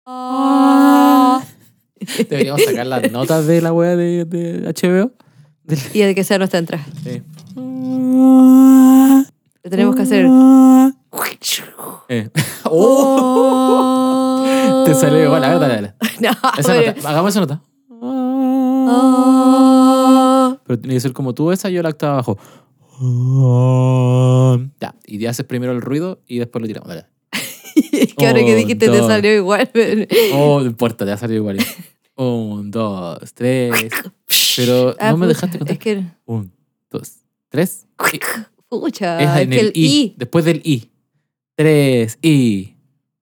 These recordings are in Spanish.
Deberíamos sacar las notas de la wea de HBO. Y de que sea nuestra entrada. Sí. Lo tenemos que hacer. Te salió igual. A ver, dale. No, Esa pero- nota. Hagamos esa nota. Pero tiene que ser como tú esa, yo la octava abajo. Ya. Y ya haces primero el ruido y después lo tiramos. Dale. Es que ahora que dijiste te dos. salió igual. Oh, no importa, te va a salir igual. 1, 2, 3. Pero no me dejaste contar. Es que... 1, 2, 3. Pucha, Es es en que el I. Después del I. 3, I.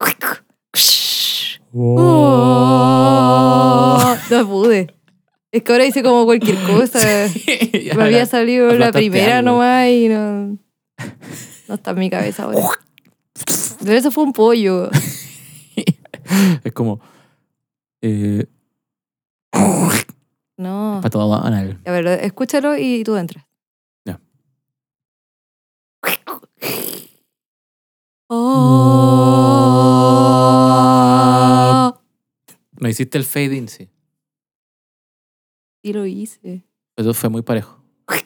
No pude. Es que ahora hice como cualquier cosa. Ya, Me había salido la aplastaste primera algo. nomás y no está en mi cabeza ahora. Pero eso fue un pollo. Es como. No. Para todo banal. A ver, escúchalo y tú entras. Ya. Oh. No hiciste el fade in, sí. Sí lo hice. Eso fue muy parejo.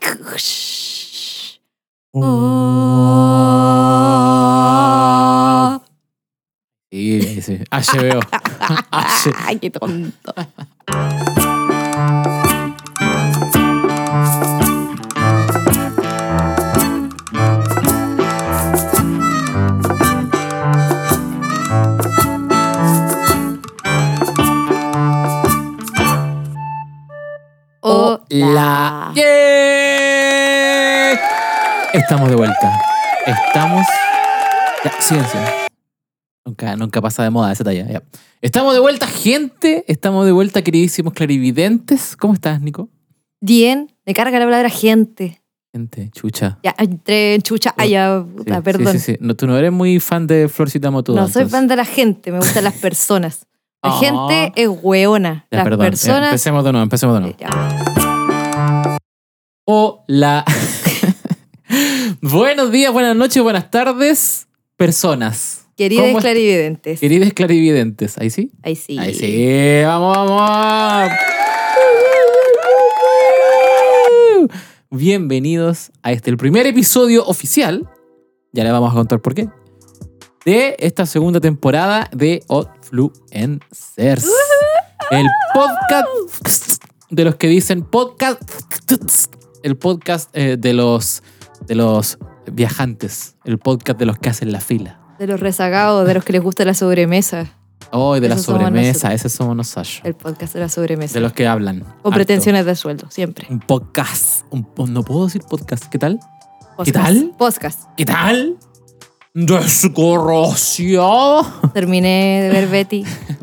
Oh. Sí, sí. HBO. Ay, qué tonto. Hola. ¡Yay! Estamos de vuelta. Estamos. Ya, silencio. Nunca pasa de moda esa talla. Ya. Estamos de vuelta, gente. Estamos de vuelta, queridísimos clarividentes. ¿Cómo estás, Nico? Bien, me carga la palabra gente. Gente, chucha. Ya, entré en chucha. Ay, ya, puta, Sí, perdón. Sí. No, tú no eres muy fan de Florcita Motuda. No soy entonces. fan de la gente, me gustan las personas. La Ah. gente es hueona. Ya, Las perdón. personas. Empecemos de nuevo. Ya. Hola. Buenos días, buenas noches, buenas tardes, personas. Queridas ¿Cómo clarividentes. Queridas clarividentes. ¿Ahí sí? Ahí sí. Ahí sí. Vamos. Bienvenidos a el primer episodio oficial. Ya le vamos a contar por qué. De esta segunda temporada de Outfluencers. El podcast de los que dicen podcast. El podcast de los viajantes. El podcast de los que hacen la fila. De los rezagados, de los que les gusta la sobremesa. Oh, y de la Esos somos sobremesa. nosotros. Ese somos nosotros. El podcast de la sobremesa. De los que hablan. Con harto. pretensiones de sueldo, siempre. Un podcast. No puedo decir podcast. ¿Qué tal? Podcast. tal? Podcast. ¿Qué tal? Descorrosión. Terminé de ver Betty.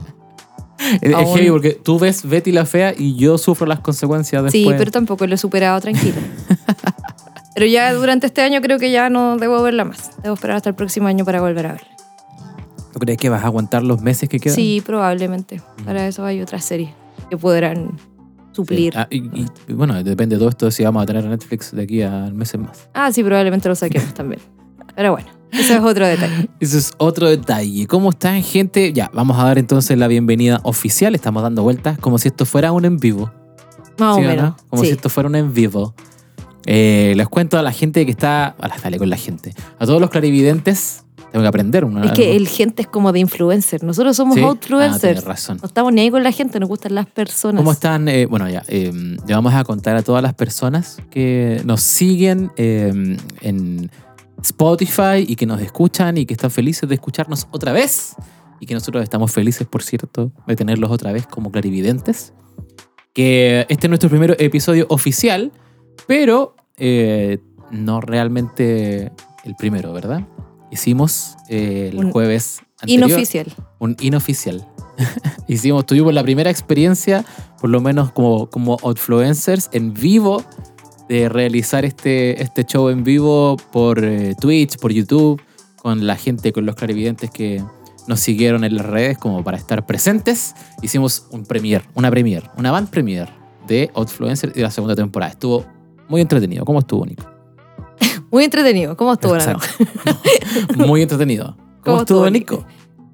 Es Aún. heavy porque tú ves Betty la Fea y yo sufro las consecuencias después. Sí, pero tampoco lo he superado tranquilo. Pero ya durante este año creo que ya no debo verla más. Debo esperar hasta el próximo año para volver a verla. ¿Tú crees que vas a aguantar los meses que quedan? Sí, probablemente. Para eso hay otras series que podrán suplir. Sí. Y bueno, depende de todo esto si vamos a tener Netflix de aquí a meses más. Sí, probablemente lo saquemos también. Pero bueno, eso es otro detalle. Ese es otro detalle. ¿Cómo están, gente? Ya, vamos a dar entonces la bienvenida oficial. Estamos dando vueltas como si esto fuera un en vivo. Más o ¿Sí o menos. no? Como Sí. si esto fuera un en vivo. Les cuento a la gente que está... Dale con la gente. A todos los clarividentes, tengo que aprender. Es que el gente es como de influencer. Nosotros somos ¿Sí? outfluencers. Tienes razón. No estamos ni ahí con la gente, nos gustan las personas. ¿Cómo están? Bueno, ya, le vamos a contar a todas las personas que nos siguen en Spotify y que nos escuchan y que están felices de escucharnos otra vez y que nosotros estamos felices, por cierto, de tenerlos otra vez como clarividentes. Que este es nuestro primer episodio oficial, pero no realmente el primero, ¿verdad? Hicimos el Un jueves anterior. Inofficial. Un inofficial. Tuvimos la primera experiencia, por lo menos como Outfluencers, en vivo, de realizar este show en vivo por Twitch, por YouTube, con la gente, con los clarividentes que nos siguieron en las redes como para estar presentes. Hicimos una band premiere de Outfluencers de la segunda temporada. Estuvo muy entretenido. ¿Cómo estuvo, Nico? Muy entretenido. ¿Cómo estuvo, Nano? Exacto. Muy entretenido. ¿Cómo estuvo, Nico?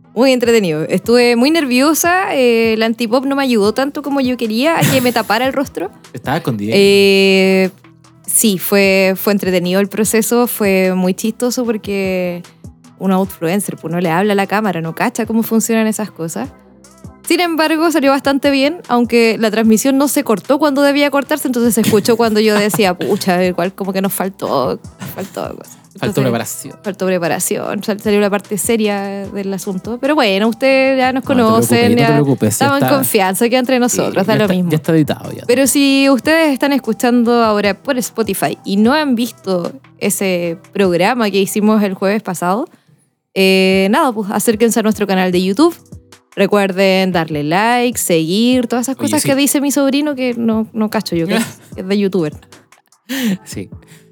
Muy entretenido. Estuve muy nerviosa. El antipop no me ayudó tanto como yo quería a que me tapara el rostro. Estaba escondida. Sí, fue entretenido el proceso. Fue muy chistoso porque un outfluencer, pues no le habla a la cámara, no cacha cómo funcionan esas cosas. Sin embargo, salió bastante bien, aunque la transmisión no se cortó cuando debía cortarse, entonces se escuchó cuando yo decía, pucha, igual como que nos faltó cosas. Faltó preparación. Faltó preparación, salió la parte seria del asunto. Pero bueno, ustedes ya nos No te conocen, preocupes, no te preocupes, ya estamos en está. confianza, que entre nosotros, da lo mismo. Ya está editado ya. Pero si ustedes están escuchando ahora por Spotify y no han visto ese programa que hicimos el jueves pasado, nada, pues acérquense a nuestro canal de YouTube. Recuerden darle like, seguir, todas esas cosas que dice mi sobrino que no cacho yo, que es de youtuber. Sí.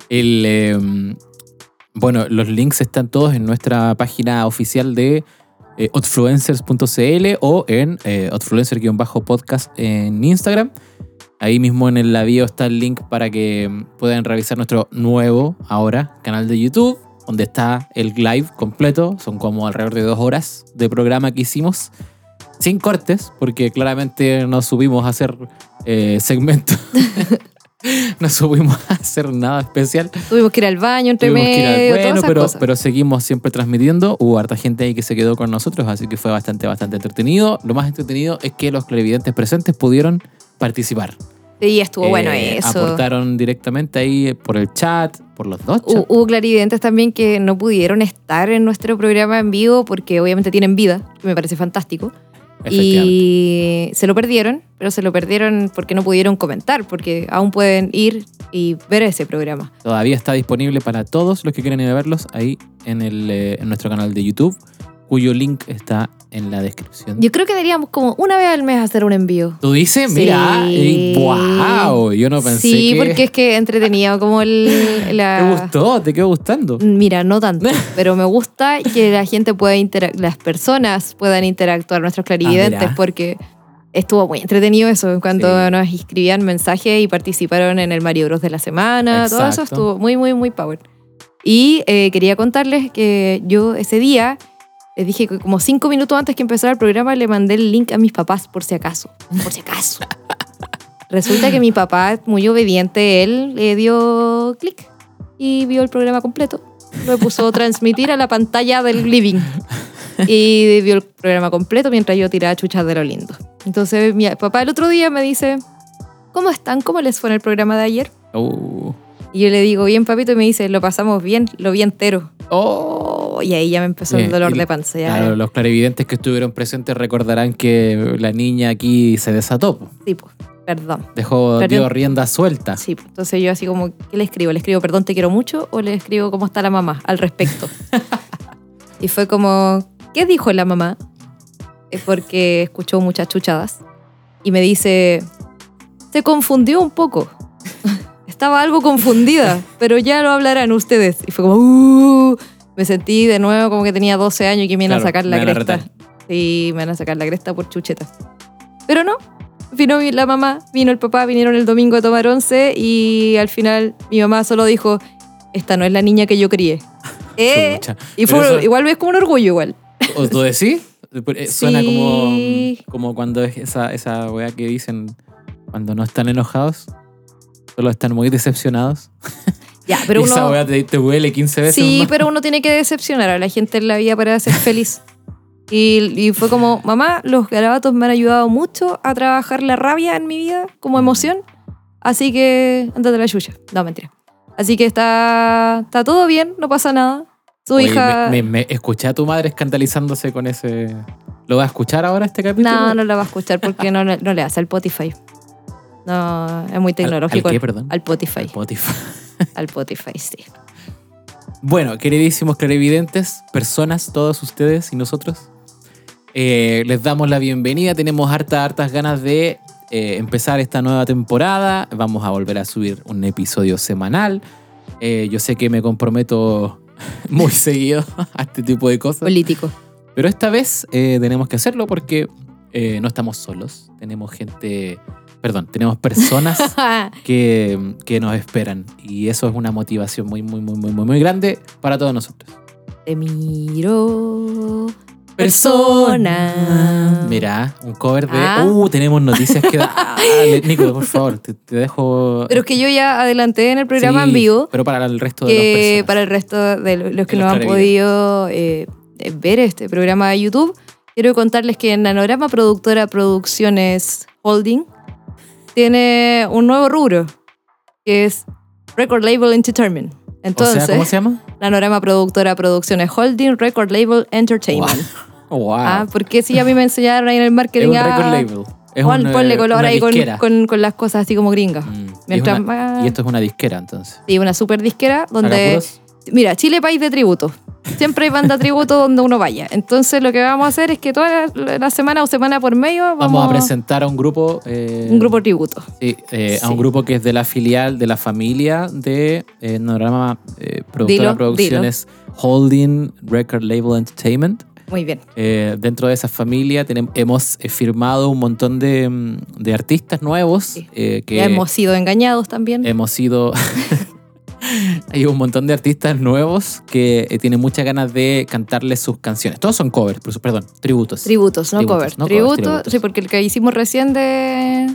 Bueno, los links están todos en nuestra página oficial de outfluencers.cl o en outfluencer-podcast en Instagram. Ahí mismo en la bio está el link para que puedan revisar nuestro nuevo, ahora, canal de YouTube, donde está el live completo. Son como alrededor de 2 horas de programa que hicimos, sin cortes, porque claramente no subimos a hacer segmentos. No subimos a hacer nada especial. Tuvimos que ir al baño entre medio, todas esas cosas. Pero seguimos siempre transmitiendo. Hubo harta gente ahí que se quedó con nosotros, así que fue bastante entretenido. Lo más entretenido es que los clarividentes presentes pudieron participar. Sí, estuvo bueno eso. Aportaron directamente ahí por el chat, por los dos chats. Hubo clarividentes también que no pudieron estar en nuestro programa en vivo porque obviamente tienen vida, que me parece fantástico. Y se lo perdieron, pero se lo perdieron porque no pudieron comentar, porque aún pueden ir y ver ese programa. Todavía está disponible para todos los que quieran ir a verlos ahí en nuestro canal de YouTube, cuyo link está en la descripción. Yo creo que deberíamos como una vez al mes hacer un envío. ¿Tú dices? Sí. Mira, ¡wow! Yo no pensé sí, porque es que entretenido como ¿Te gustó? ¿Te quedó gustando? Mira, no tanto, pero me gusta que la gente pueda las personas puedan interactuar, nuestros clarividentes, porque estuvo muy entretenido eso, cuando nos escribían mensajes y participaron en el Mario Bros de la semana. Exacto. Todo eso estuvo muy, muy, muy power. Y quería contarles que yo ese día les dije que como 5 minutos antes que empezara el programa le mandé el link a mis papás por si acaso. Por si acaso. Resulta que mi papá, muy obediente, él le dio clic y vio el programa completo. Lo puso a transmitir a la pantalla del living. Y vio el programa completo mientras yo tiraba chuchas de lo lindo. Entonces mi papá el otro día me dice, ¿cómo están? ¿Cómo les fue en el programa de ayer? Y yo le digo, bien papito, y me dice, lo pasamos bien, lo vi entero. Y ahí ya me empezó el dolor de panza. Claro, los clarividentes que estuvieron presentes recordarán que la niña aquí se desató. Sí, pues, perdón. Dio rienda suelta. Sí, pues, entonces yo así como, ¿qué le escribo? ¿Le escribo perdón, te quiero mucho? ¿O le escribo cómo está la mamá al respecto? Y fue como, ¿qué dijo la mamá? Es porque escuchó muchas chuchadas. Y me dice, se confundió un poco. Estaba algo confundida, pero ya lo hablarán ustedes. Y fue como, me sentí de nuevo como que tenía 12 años y que me iban a sacar la cresta. Sí, me van a sacar la cresta por chucheta. Pero no, vino la mamá, vino el papá, vinieron el domingo a tomar once y al final mi mamá solo dijo, esta no es la niña que yo crié. Y fue, igual ves como un orgullo igual. ¿O tú decís? Suena como cuando es esa weá que dicen cuando no están enojados. Solo están muy decepcionados. Ya, pero uno... esa weá te huele 15 veces Sí, más. pero uno tiene que decepcionar a la gente en la vida para ser feliz. Y fue como, mamá, los garabatos me han ayudado mucho a trabajar la rabia en mi vida como emoción. Así que, ándate la chucha. No, mentira. Así que está todo bien, no pasa nada. Su hija... Me escuché a tu madre escandalizándose con ese... ¿Lo va a escuchar ahora este capítulo? No la va a escuchar porque no le hace al Spotify. No, es muy tecnológico. ¿Al qué, perdón? Al Spotify. Al Spotify. Al Spotify, sí. Bueno, queridísimos clarividentes, personas, todos ustedes y nosotros, les damos la bienvenida. Tenemos hartas ganas de empezar esta nueva temporada. Vamos a volver a subir un episodio semanal. Yo sé que me comprometo muy seguido a este tipo de cosas. Político. Pero esta vez tenemos que hacerlo porque no estamos solos. Tenemos personas que nos esperan. Y eso es una motivación muy, muy, muy, muy, muy, muy grande para todos nosotros. Te miro persona. Mira, un cover de... tenemos noticias que... Dale, Nico, por favor, te dejo... Pero es que yo ya adelanté en el programa en vivo. Pero para el resto de las personas. Para el resto de los que no han podido ver este programa de YouTube, quiero contarles que Nanorama Producciones Holding tiene un nuevo rubro, que es Record Label Entertainment. Entonces, o sea, ¿cómo se llama? Nanorama Producciones Holding Record Label Entertainment. Wow. Porque si a mí me enseñaron ahí en el marketing... Es un record label. Ponle color ahí con las cosas así como gringas. Y esto es una disquera, entonces. Sí, una super disquera donde... Mira, Chile, país de tributo. Siempre hay banda tributo donde uno vaya. Entonces lo que vamos a hacer es que toda la semana o semana por medio vamos a presentar a un grupo... un grupo tributo. Sí, a un grupo que es de la filial, de la familia de Nanorama Producciones Holding Record Label Entertainment. Muy bien. Dentro de esa familia hemos firmado un montón de artistas nuevos. Sí. Que ya hemos sido engañados también. Hemos sido... Hay un montón de artistas nuevos que tienen muchas ganas de cantarles sus canciones. Todos son covers, perdón, tributos. Tributos, no covers. Tributos, sí, porque el que hicimos recién de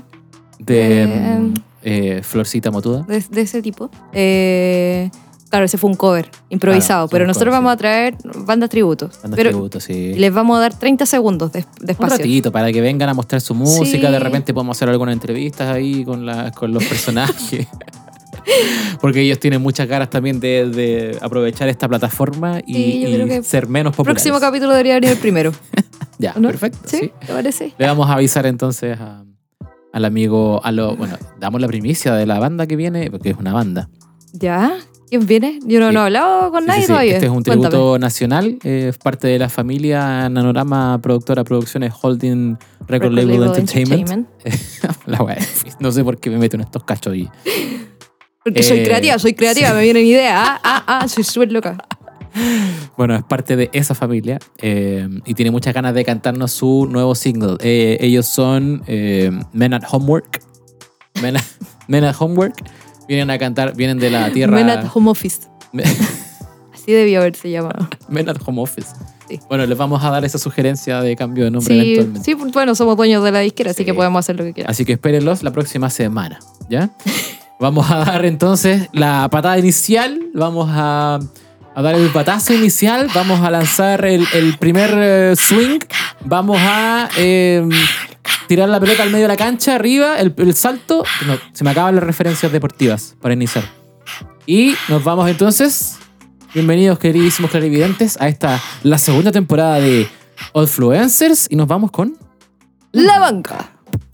Florcita Motuda. De ese tipo. Claro, ese fue un cover improvisado, pero nosotros vamos a traer bandas tributos. Tributos, sí. Les vamos a dar 30 segundos de espacio. Un ratito para que vengan a mostrar su música. Sí. De repente podemos hacer algunas entrevistas ahí con los personajes. Porque ellos tienen muchas ganas también de aprovechar esta plataforma y ser menos populares. El próximo capítulo debería venir el primero. Ya, ¿no? Perfecto. ¿Sí? ¿Te parece? Le vamos a avisar entonces al amigo, bueno, damos la primicia de la banda que viene, porque es una banda. ¿Ya? ¿Quién viene? Yo no he hablado con nadie todavía. Este es un tributo nacional, es parte de la familia Nanorama Producciones Holding Record Label Entertainment. La wea, no sé por qué me meto en estos cachos ahí. Porque soy creativa, me vienen ideas. Soy súper loca. Bueno, es parte de esa familia y tiene muchas ganas de cantarnos su nuevo single. Ellos son Men at Homework. Men at Homework. Vienen a cantar, vienen de la tierra... Men at Home Office. Así debió haberse llamado. Men at Home Office. Sí. Bueno, les vamos a dar esa sugerencia de cambio de nombre eventualmente. Sí, bueno, somos dueños de la disquera, así que podemos hacer lo que quieran. Así que espérenlos la próxima semana, ¿ya? Vamos a dar entonces la patada inicial, vamos a dar el patazo inicial, vamos a lanzar el primer swing, vamos a tirar la pelota al medio de la cancha, arriba, el salto. No, se me acaban las referencias deportivas para iniciar. Y nos vamos entonces, bienvenidos queridísimos clarividentes, a la segunda temporada de Oddfluencers y nos vamos con... La banca.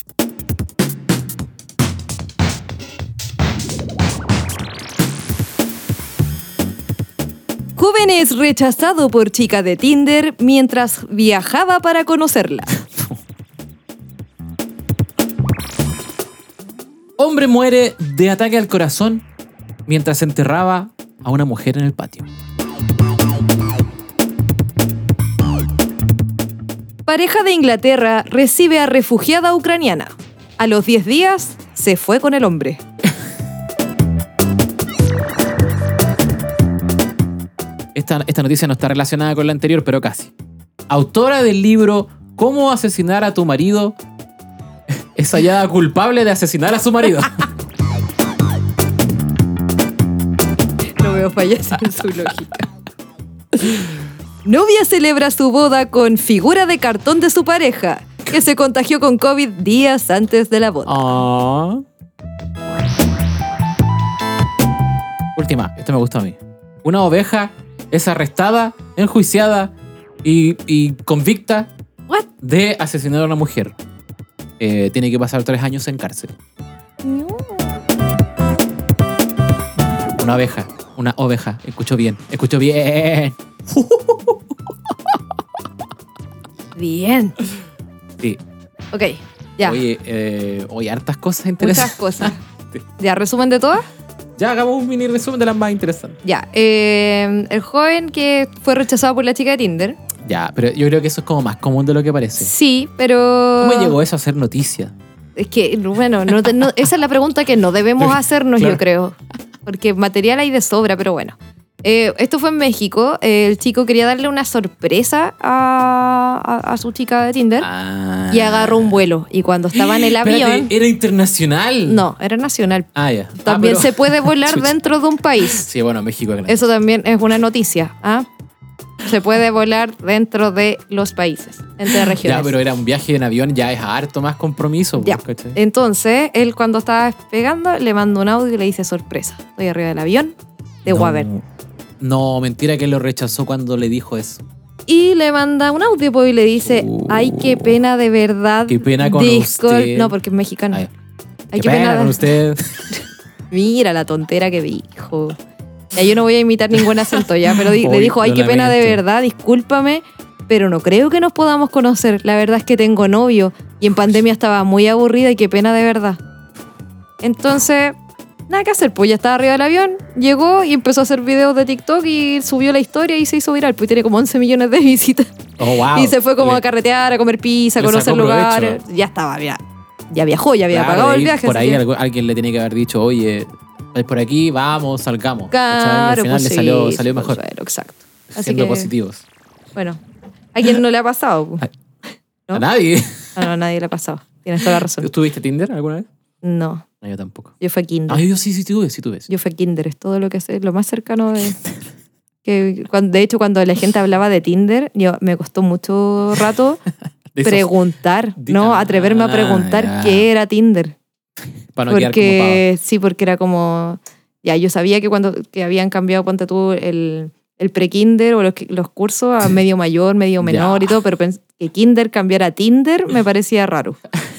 Joven es rechazado por chica de Tinder mientras viajaba para conocerla. Hombre muere de ataque al corazón mientras enterraba a una mujer en el patio. Pareja de Inglaterra recibe a refugiada ucraniana. A los 10 días se fue con el hombre. Esta noticia no está relacionada con la anterior, pero casi. Autora del libro ¿Cómo asesinar a tu marido? Es hallada culpable de asesinar a su marido. No veo fallas en su lógica. Novia celebra su boda con figura de cartón de su pareja, que se contagió con COVID días antes de la boda. Aww. Última, esto me gusta a mí. Una oveja es arrestada, enjuiciada y convicta de asesinar a una mujer. Tiene que pasar 3 años en cárcel. No. Una oveja. Escucho bien. Bien. Sí. Ok, ya. Oye, hartas cosas interesantes. Muchas cosas. Sí. ¿Ya resumen de todas? Ya hagamos un mini resumen de las más interesantes. Ya, el joven que fue rechazado por la chica de Tinder. Ya, pero yo creo que eso es como más común de lo que parece. Sí, pero... ¿Cómo llegó eso a ser noticia? Es que, bueno, esa es la pregunta que no debemos hacernos, claro. Yo creo. Porque material hay de sobra, pero bueno. Esto fue en México. El chico quería darle una sorpresa a su chica de Tinder y agarró un vuelo. Y cuando estaba en el avión... Espérate, ¿era internacional? No, era nacional. Ya. También se puede volar dentro de un país. Sí, bueno, México. Eso también es una noticia. Se puede volar dentro de los países, entre regiones. Ya, pero era un viaje en avión, ya es harto más compromiso. Ya. ¿Cachai? Entonces, él cuando estaba despegando, le mandó un audio y le dice, sorpresa, estoy arriba del avión, te voy a ver. No, mentira que lo rechazó cuando le dijo eso. Y le manda un audio pues, y le dice, ay, qué pena de verdad. Qué pena con usted. No, porque es mexicano. Ay, Ay, qué pena con usted. Mira la tontera que dijo. Ya, yo no voy a imitar ningún acento ya, pero le dijo, ay, qué pena de verdad, discúlpame, pero no creo que nos podamos conocer. La verdad es que tengo novio y en pandemia estaba muy aburrida y qué pena de verdad. Entonces, nada que hacer, pues ya estaba arriba del avión, llegó y empezó a hacer videos de TikTok y subió la historia y se hizo viral, pues tiene como 11 millones de visitas. Oh, wow. Y se fue como a carretear, a comer pizza, a conocer lugares. Ya estaba, ya viajó, ya había pagado el viaje. Por ahí alguien le tenía que haber dicho, oye, por aquí, vamos, salgamos. Claro, al final pues le salió mejor. Bueno, exacto. Siendo positivos. Bueno, ¿a quién no le ha pasado? ¿No? A nadie. No, a nadie le ha pasado. Tienes toda la razón. ¿Tú tuviste Tinder alguna vez? No. No, yo tampoco. Yo fui a Kinder. Yo sí tuve. Yo fui a Kinder, es todo lo que sé, lo más cercano de... de hecho, cuando la gente hablaba de Tinder, me costó mucho rato preguntar, atreverme a preguntar qué era Tinder. Para no quedar como pavo. Sí, porque era como... Ya, yo sabía que habían cambiado, ponte tú, el pre-Kinder o los cursos a medio mayor, medio menor y todo, pero que Kinder cambiara a Tinder me parecía raro.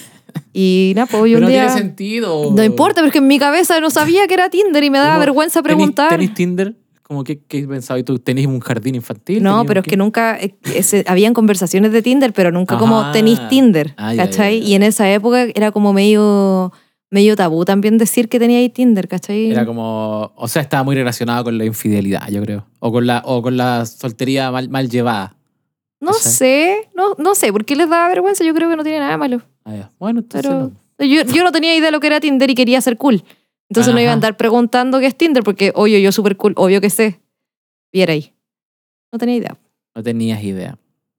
Y nada, pues hoy un día... No tiene sentido. No importa, pero es que en mi cabeza no sabía que era Tinder y me daba vergüenza preguntar. ¿Tenís Tinder? Como que pensabas, ¿tú tenés un jardín infantil? No, pero es que nunca... habían conversaciones de Tinder, pero nunca como tenís Tinder, ¿cachai? Ya. Y en esa época era como medio tabú también decir que tenía ahí Tinder, ¿cachai? Era como... O sea, estaba muy relacionado con la infidelidad, yo creo. O con la soltería mal llevada. No sé, ¿por qué les daba vergüenza? Yo creo que no tiene nada malo. Ya. Bueno, entonces... Pero yo no tenía idea de lo que era Tinder y quería ser cool. Entonces no iba a andar preguntando qué es Tinder porque, oye, yo súper cool, obvio que sé. Viera ahí. No tenía idea. No tenías idea.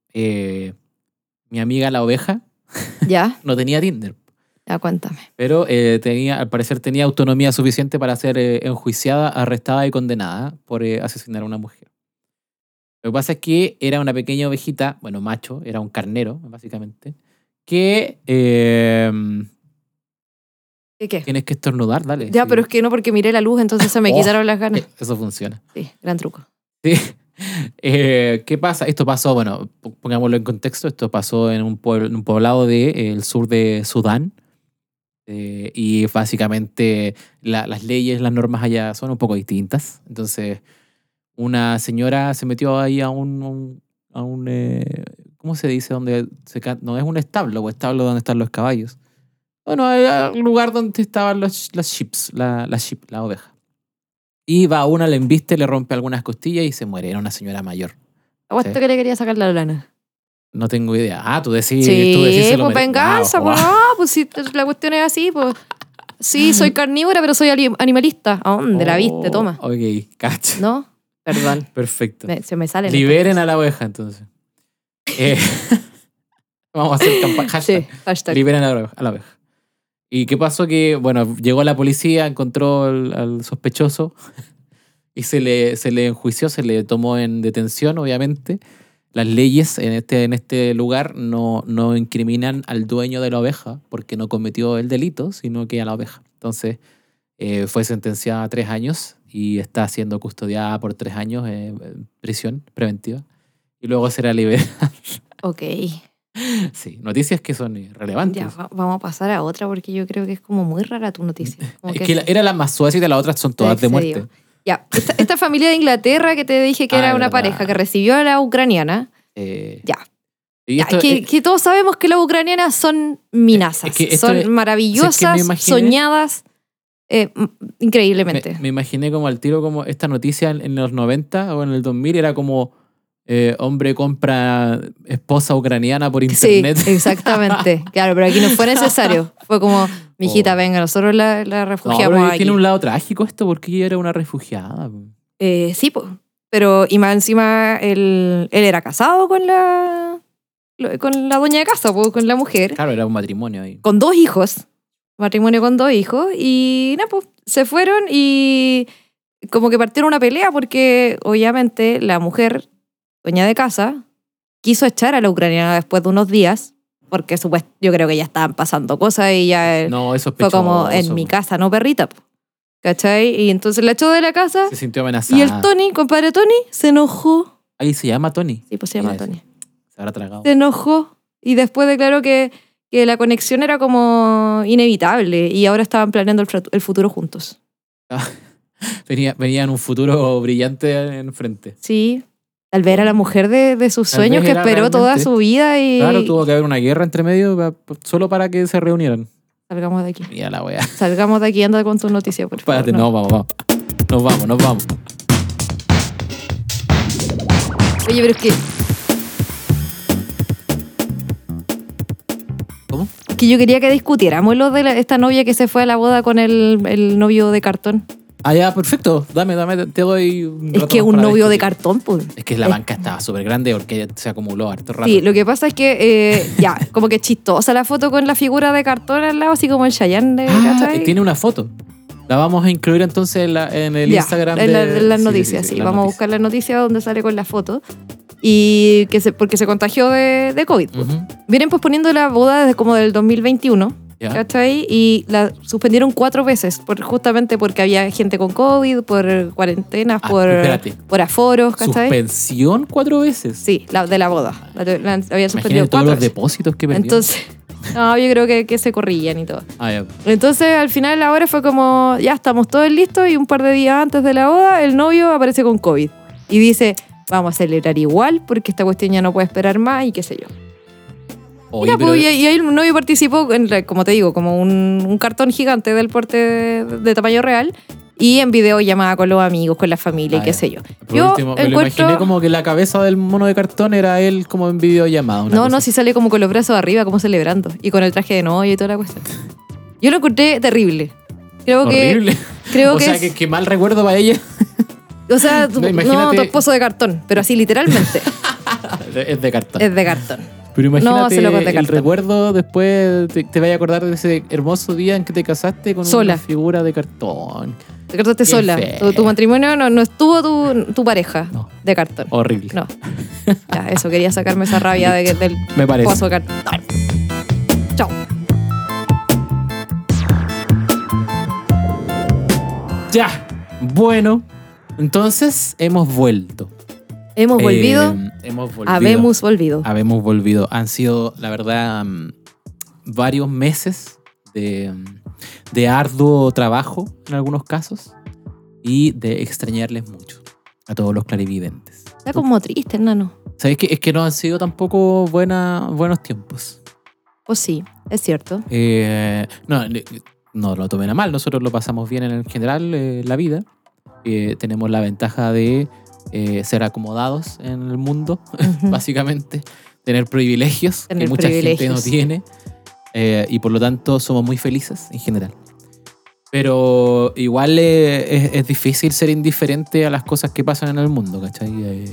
Mi amiga la oveja ¿Ya? no tenía Tinder. Ya, cuéntame. Pero al parecer tenía autonomía suficiente para ser enjuiciada, arrestada y condenada por asesinar a una mujer. Lo que pasa es que era una pequeña ovejita, bueno, macho, era un carnero, básicamente, que... ¿Qué? Tienes que estornudar, dale. Ya, sí. pero es que no, porque miré la luz, entonces se me quitaron las ganas. Eso funciona. Sí, gran truco. Sí. ¿Qué pasa? Esto pasó, bueno, pongámoslo en contexto, esto pasó en un poblado del sur de Sudán. Y básicamente las leyes, las normas allá son un poco distintas. Entonces, una señora se metió ahí a un ¿cómo se dice? No es un establo, o establo donde están los caballos. Bueno, era un lugar donde estaban las sheeps, la oveja. Y va una, le embiste, le rompe algunas costillas y se muere. Era una señora mayor. ¿O esto que le quería sacar la lana? No tengo idea. Tú decís... Sí, tú decís pues venganza. Wow. Pues si la cuestión es así, pues... Sí, soy carnívora, pero soy animalista. ¿A dónde la viste? Toma. Ok, cacho. ¿No? Perdón. Perfecto. Se me sale. Liberen a la oveja, entonces. Vamos a hacer campaña. Sí, hashtag. Liberen a la oveja. ¿Y qué pasó? Que, bueno, llegó la policía, encontró al sospechoso y se le enjuició, se le tomó en detención, obviamente. Las leyes en este lugar no incriminan al dueño de la oveja porque no cometió el delito, sino que a la oveja. Entonces, fue sentenciada a 3 años y está siendo custodiada por 3 años en prisión preventiva. Y luego será liberada. Ok. Sí, noticias que son relevantes. Ya, vamos a pasar a otra porque yo creo que es como muy rara tu noticia. Es que era la más suavecita, las otras son todas de muerte. Ya, esta familia de Inglaterra que te dije que era una pareja que recibió a la ucraniana. Ya. Que todos sabemos que las ucranianas son minazas. Son maravillosas, soñadas, increíblemente. Me imaginé como al tiro, como esta noticia en los 90 o en el 2000 era como... hombre compra esposa ucraniana por internet. Sí, exactamente. Claro, pero aquí no fue necesario. Fue como, mijita, venga, nosotros la refugiamos aquí. Tiene un lado trágico esto porque ella era una refugiada. Sí, pues. Pero, y más encima, él era casado con la dueña de casa, pues, con la mujer. Claro, era un matrimonio ahí. Con 2 hijos. Matrimonio con 2 hijos. Y nada, pues se fueron y como que partieron una pelea porque obviamente la mujer, dueña de casa, quiso echar a la ucraniana después de unos días porque yo creo que ya estaban pasando cosas y ya no, eso fue como en mi casa, no perrita. ¿Cachai? Y entonces la echó de la casa. Se sintió amenazada. Y el compadre Tony, se enojó. Ahí se llama Tony. Sí, pues se llama Tony. Se habrá tragado. Se enojó y después declaró que la conexión era como inevitable y ahora estaban planeando el futuro juntos. Venían un futuro brillante enfrente. Sí. Tal vez era la mujer de sus sueños que esperó toda su vida y... Claro, tuvo que haber una guerra entre medio solo para que se reunieran. Salgamos de aquí. Mira la wea. Salgamos de aquí, anda con tus noticias, por favor. Espérate, no, vamos. Nos vamos. Oye, pero es que... ¿Cómo? Es que yo quería que discutiéramos lo de esta novia que se fue a la boda con el novio de cartón. Ah, ya, perfecto. Dame, te doy un rato. Es que un novio de cartón, pues. Es que la banca estaba súper grande porque se acumuló harto rato. Sí, lo que pasa es que, como que chistosa la foto con la figura de cartón al lado, así como el Chayanne. Tiene una foto. La vamos a incluir entonces en el Instagram. En las noticias, sí. Vamos a buscar la noticia donde sale con la foto. Y porque se contagió de COVID. Uh-huh. Vienen posponiendo la boda desde como del 2021. ¿Cachai? Y la suspendieron 4 veces, justamente porque había gente con COVID, por cuarentenas, por aforos, ¿cachai? ¿Suspensión 4 veces? Sí, de la boda. La había suspendido 4 todos los veces. Depósitos que perdieron. Entonces, no, yo creo que se corrían y todo. Ya. Entonces, al final, ahora fue como, ya estamos todos listos y un par de días antes de la boda, el novio aparece con COVID. Y dice, vamos a celebrar igual porque esta cuestión ya no puede esperar más y qué sé yo. Oye, mira, y ahí el novio participó, como te digo, como un cartón gigante del porte de tamaño real y en videollamada con los amigos, con la familia y qué sé yo. Por último, me lo imaginé como que la cabeza del mono de cartón era él como en videollamada. No, sí sale como con los brazos arriba, como celebrando y con el traje de novio y toda la cuestión. Yo lo encontré terrible. ¿Horrible? O sea, que mal recuerdo para ella. O sea, tu esposo de cartón, pero así literalmente. Es de cartón. Es de cartón. Pero imagínate el recuerdo después te vaya a acordar de ese hermoso día en que te casaste con una figura de cartón. Te casaste sola. Tu matrimonio no estuvo tu pareja de cartón. Horrible. No. Ya, eso, quería sacarme esa rabia del esposo de cartón. Chao. Ya. Bueno, entonces hemos vuelto. Hemos volvido. Habemos volvido. Han sido, la verdad, varios meses de arduo trabajo en algunos casos y de extrañarles mucho a todos los clarividentes. Está como triste, nano. ¿Sabes qué? Es que no han sido tampoco buenos tiempos. Pues sí, es cierto. No lo tomen a mal. Nosotros lo pasamos bien en general, la vida. Tenemos la ventaja de ser acomodados en el mundo, básicamente, tener privilegios que mucha gente no tiene, y por lo tanto somos muy felices en general. Pero igual es difícil ser indiferente a las cosas que pasan en el mundo, ¿cachai?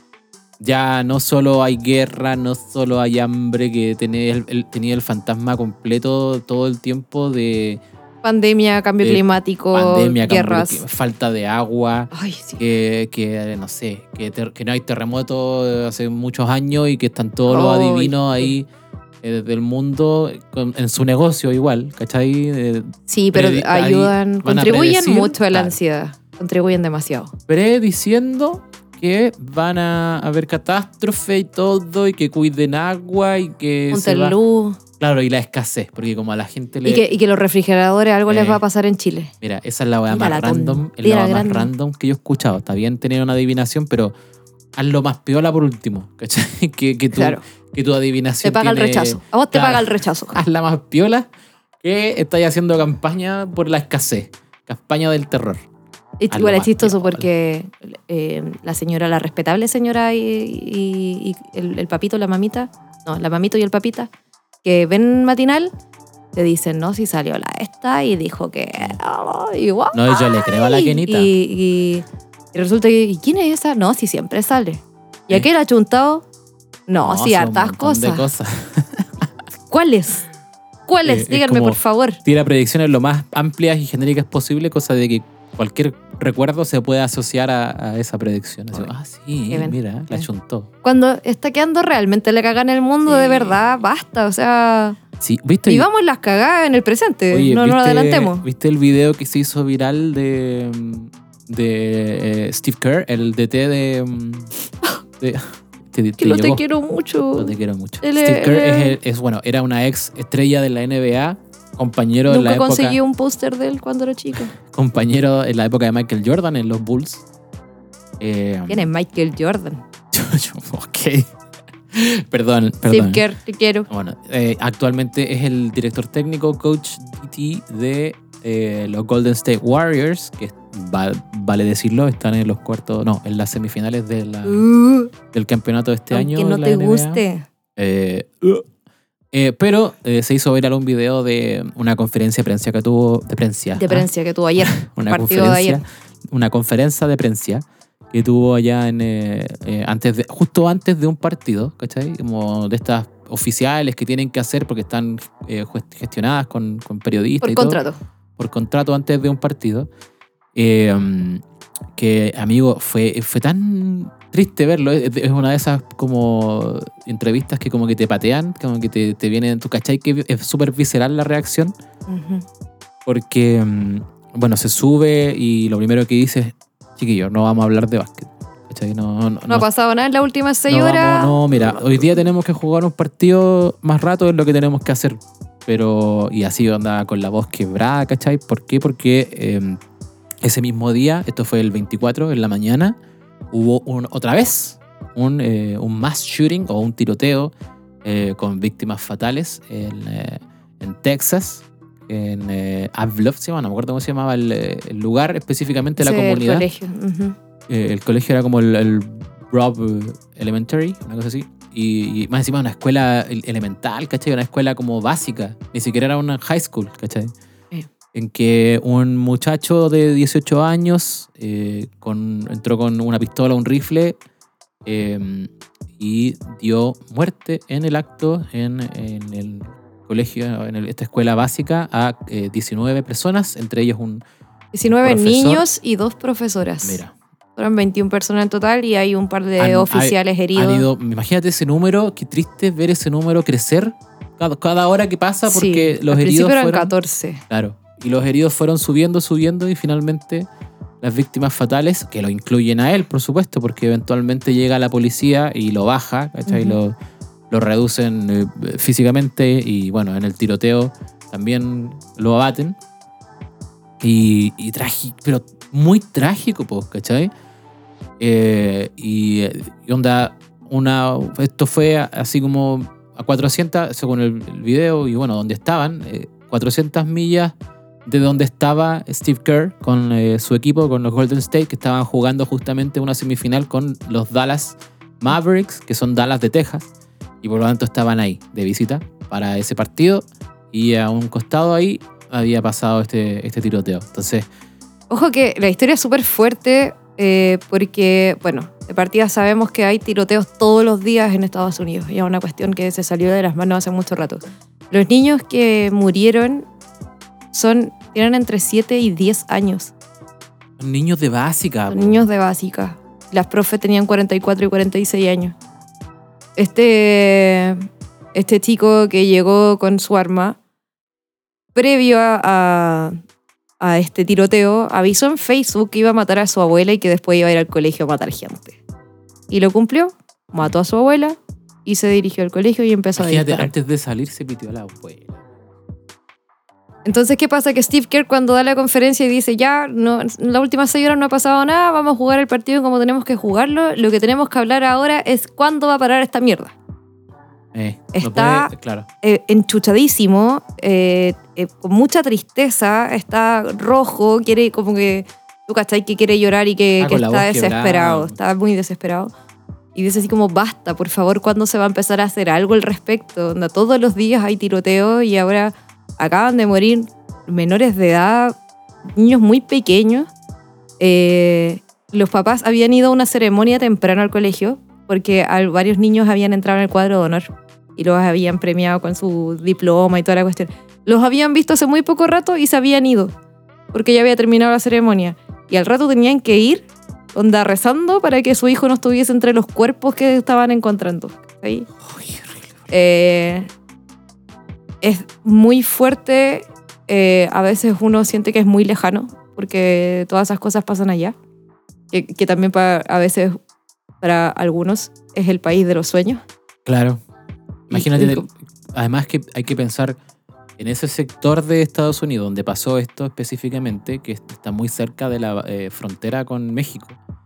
Ya no solo hay guerra, no solo hay hambre, que tenía el fantasma completo todo el tiempo de... Pandemia, cambio climático, guerras. Falta de agua. Ay, sí. Que no sé, que no hay terremotos hace muchos años y que están todos los adivinos ahí del mundo en su negocio igual, ¿cachai? Sí, pero ayudan, contribuyen mucho a la ansiedad. Contribuyen demasiado. Prediciendo que van a haber catástrofe y todo, y que cuiden agua y que Ponte luz. Claro, y la escasez, porque como a la gente le... Y que los refrigeradores algo les va a pasar en Chile. Mira, esa es la weá más random, más random que yo he escuchado. Está bien tener una adivinación, pero hazlo más piola por último, ¿cachai? Que tu adivinación te paga el rechazo. A vos te paga el rechazo. Hazla más piola que estáis haciendo campaña por la escasez. Campaña del terror. Igual es chistoso porque la señora, la respetable señora y el papito, la mamita, no, la mamito y el papita, que ven matinal, te dicen, no, si salió la esta y dijo que... No, yo le creo a la Kenita. Y Y resulta que, ¿y quién es esa? No, si siempre sale. ¿Y aquel achuntado? No, sí, hartas cosas. ¿Cuáles? Díganme, por favor. Tira predicciones lo más amplias y genéricas posible, cosa de que cualquier recuerdo se puede asociar a esa predicción. Así, sí, mira, la chuntó. Cuando está quedando realmente la cagada en el mundo, de verdad, basta, o sea... Sí, ¿viste? Vivamos las cagadas en el presente, oye, no nos adelantemos. ¿Viste el video que se hizo viral de Steve Kerr, el DT de que no te quiero mucho. No te quiero mucho. Steve Kerr era una ex estrella de la NBA, compañero en la época... Nunca conseguí un póster de él cuando era chico. Compañero en la época de Michael Jordan en los Bulls. ¿Quién es Michael Jordan? Ok. Perdón. Steve Kerr, te quiero. Bueno, actualmente es el director técnico, coach DT de los Golden State Warriors, que vale decirlo, están en los cuartos, no, en las semifinales del campeonato de este año. Que no te guste. Pero se hizo viral un video de una conferencia de prensa que tuvo que tuvo ayer. Una conferencia de prensa que tuvo allá justo antes de un partido, ¿cachai? Como de estas oficiales que tienen que hacer porque están gestionadas con periodistas. Por contrato antes de un partido. Que, amigo, fue tan triste verlo. Es una de esas como entrevistas que como que te patean, como que te vienen, tú cachai que es súper visceral la reacción. Uh-huh. Porque, bueno, se sube y lo primero que dice es, chiquillos, no vamos a hablar de básquet. ¿Cachai? No ha pasado nada en las últimas 6 horas. Mira, hoy día tenemos que jugar un partido más rato, es lo que tenemos que hacer. Y así andaba con la voz quebrada, ¿cachai? ¿Por qué? Porque ese mismo día, esto fue el 24, en la mañana, hubo otra vez un mass shooting o un tiroteo con víctimas fatales en Texas, en Avlov, no me acuerdo cómo se llamaba el lugar, específicamente la comunidad. El colegio. Uh-huh. El colegio era como el Robb Elementary, una cosa así. Y más encima una escuela elemental, ¿cachai? Una escuela como básica. Ni siquiera era una high school, ¿cachai? En que un muchacho de 18 años entró con una pistola, un rifle, y dio muerte en el acto en el colegio, esta escuela básica, a 19 personas, entre ellos un 19 profesor. Niños y 2 profesoras. Mira. Fueron 21 personas en total y hay un par de oficiales heridos. Imagínate ese número, qué triste ver ese número crecer cada hora que pasa, porque los heridos eran 14. Claro, y los heridos fueron subiendo y finalmente las víctimas fatales, que lo incluyen a él, por supuesto, porque eventualmente llega la policía y lo baja, ¿cachai? Uh-huh. Lo reducen físicamente y bueno, en el tiroteo también lo abaten. Y trágico, pero muy trágico, ¿cachai? Y onda, esto fue así como a 400, según el video, y bueno, donde estaban, 400 millas de donde estaba Steve Kerr con su equipo, con los Golden State, que estaban jugando justamente una semifinal con los Dallas Mavericks, que son Dallas de Texas, y por lo tanto estaban ahí de visita para ese partido, y a un costado ahí había pasado este tiroteo. Entonces, ojo que la historia es súper fuerte, porque, bueno, de partida sabemos que hay tiroteos todos los días en Estados Unidos, y es una cuestión que se salió de las manos hace mucho rato. Los niños que murieron tienen entre 7 y 10 años. Son niños de básica. Son niños de básica. Las profes tenían 44 y 46 años. Este chico que llegó con su arma, previo a este tiroteo, avisó en Facebook que iba a matar a su abuela y que después iba a ir al colegio a matar gente. Y lo cumplió, mató a su abuela y se dirigió al colegio y empezó a disparar. Antes de salir se pitió a la abuela. Entonces, ¿qué pasa? Que Steve Kerr, cuando da la conferencia y dice, ya, no, en las últimas 6 horas no ha pasado nada, vamos a jugar el partido como tenemos que jugarlo, lo que tenemos que hablar ahora es cuándo va a parar esta mierda. Está enchuchadísimo, con mucha tristeza, está rojo, quiere como que, tú cachai, que quiere llorar y que está desesperado, está muy desesperado. Y dice así como, basta, por favor, ¿cuándo se va a empezar a hacer algo al respecto? Todos los días hay tiroteo y ahora acaban de morir menores de edad, niños muy pequeños, los papás habían ido a una ceremonia temprano al colegio porque varios niños habían entrado en el cuadro de honor y los habían premiado con su diploma y toda la cuestión. Los habían visto hace muy poco rato y se habían ido porque ya había terminado la ceremonia. Y al rato tenían que ir, onda, rezando para que su hijo no estuviese entre los cuerpos que estaban encontrando. ¿Sí? Es muy fuerte. A veces uno siente que es muy lejano porque todas esas cosas pasan allá. Que también a veces para algunos es el país de los sueños. Claro. Imagínate, además que hay que pensar en ese sector de Estados Unidos donde pasó esto específicamente, que está muy cerca de la frontera con México.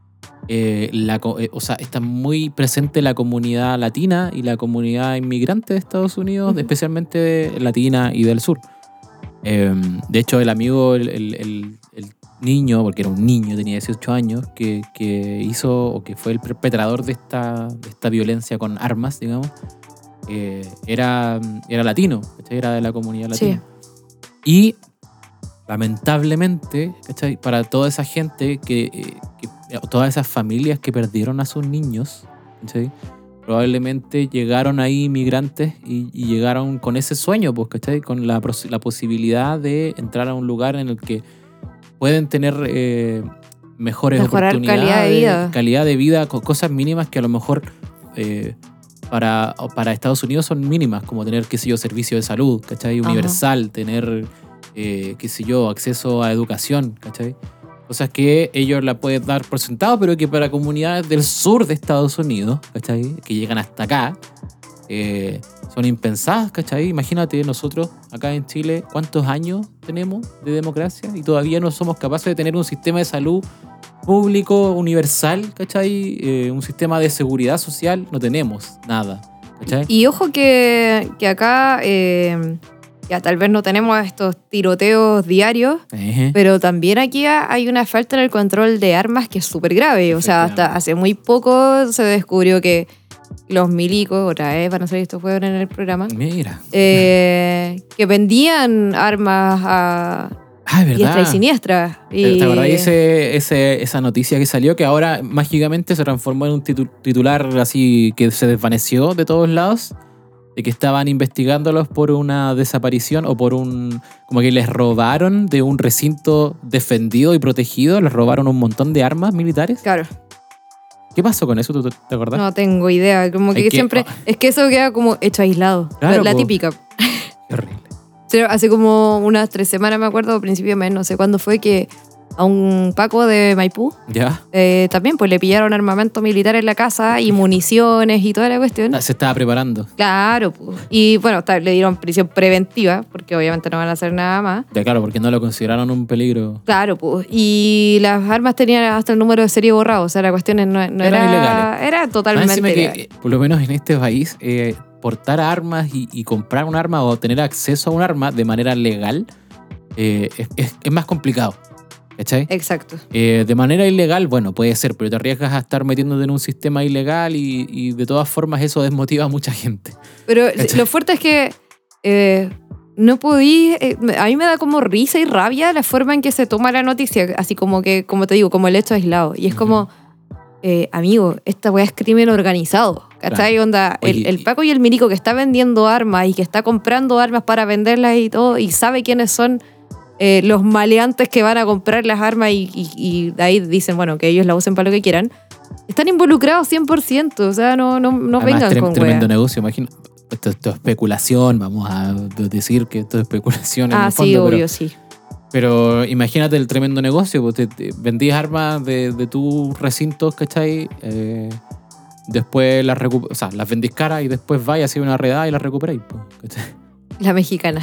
O sea, está muy presente la comunidad latina y la comunidad inmigrante de Estados Unidos, especialmente latina y del sur. De hecho, el amigo, el niño, porque era un niño, tenía 18 años, que hizo o que fue el perpetrador de esta violencia con armas, digamos, era latino, ¿cachai? Era de la comunidad latina. Sí. Y lamentablemente, ¿cachai? Para toda esa gente, todas esas familias que perdieron a sus niños, ¿cachai? Probablemente llegaron ahí inmigrantes y llegaron con ese sueño, pues, ¿cachai? Con la posibilidad de entrar a un lugar en el que pueden tener mejores mejorar oportunidades, calidad de vida, cosas mínimas que a lo mejor para Estados Unidos son mínimas, como tener, qué sé yo, servicio de salud, ¿cachai? Universal, tener, qué sé yo, acceso a educación, ¿cachai? Cosas que ellos la pueden dar por sentado, pero que para comunidades del sur de Estados Unidos, ¿cachai? Que llegan hasta acá, son impensadas, ¿cachai? Imagínate nosotros acá en Chile, ¿cuántos años tenemos de democracia? Y todavía no somos capaces de tener un sistema de salud público, universal, ¿cachai? Un sistema de seguridad social, no tenemos nada, ¿cachai? Y ojo que acá ya tal vez no tenemos estos tiroteos diarios, pero también aquí hay una falta en el control de armas que es súper grave. O sea, hasta hace muy poco se descubrió que los milicos, otra vez van a salir estos juegos en el programa, mira, que vendían armas a diestra y siniestra. ¿Te acordás esa noticia que salió que ahora mágicamente se transformó en un titular así que se desvaneció de todos lados? De que estaban investigándolos por una desaparición o por como que les robaron de un recinto defendido y protegido, les robaron un montón de armas militares. Claro. ¿Qué pasó con eso? ¿Tú te acordás? No tengo idea. Como que siempre... Es que eso queda como hecho aislado. Claro, la típica. Qué horrible. Hace como unas 3 semanas, me acuerdo, a principio de mes, no sé cuándo fue, que a un Paco de Maipú también pues le pillaron armamento militar en la casa y municiones y toda la cuestión. Se estaba preparando. Claro, pues. Y bueno, le dieron prisión preventiva porque obviamente no van a hacer nada más. Ya, claro, porque no lo consideraron un peligro. Claro, pues. Y las armas tenían hasta el número de serie borrado. O sea, la cuestión no eran ilegales. Era totalmente ilegal. Que, por lo menos en este país, portar armas y comprar un arma o tener acceso a un arma de manera legal es más complicado. ¿Cachai? Exacto. De manera ilegal, bueno, puede ser, pero te arriesgas a estar metiéndote en un sistema ilegal y de todas formas eso desmotiva a mucha gente. Pero ¿cachai? Lo fuerte es que no podí... a mí me da como risa y rabia la forma en que se toma la noticia, así como que, como te digo, como el hecho aislado. Y es como, amigo, esta weá es crimen organizado. ¿Cachai? Claro. Onda, el Paco y el milico que está vendiendo armas y que está comprando armas para venderlas y todo, y sabe quiénes son los maleantes que van a comprar las armas y de ahí dicen, bueno, que ellos la usen para lo que quieran, están involucrados 100%, o sea, no además, vengan con tremendo negocio, imagino. Esto es especulación, vamos a decir que esto es especulación en el fondo. Sí, obvio, sí. Pero imagínate el tremendo negocio, pues te vendías armas de tus recintos, ¿cachai? Después las vendís caras y después vais a hacer una redada y las recuperáis, ¿cachai? La mexicana.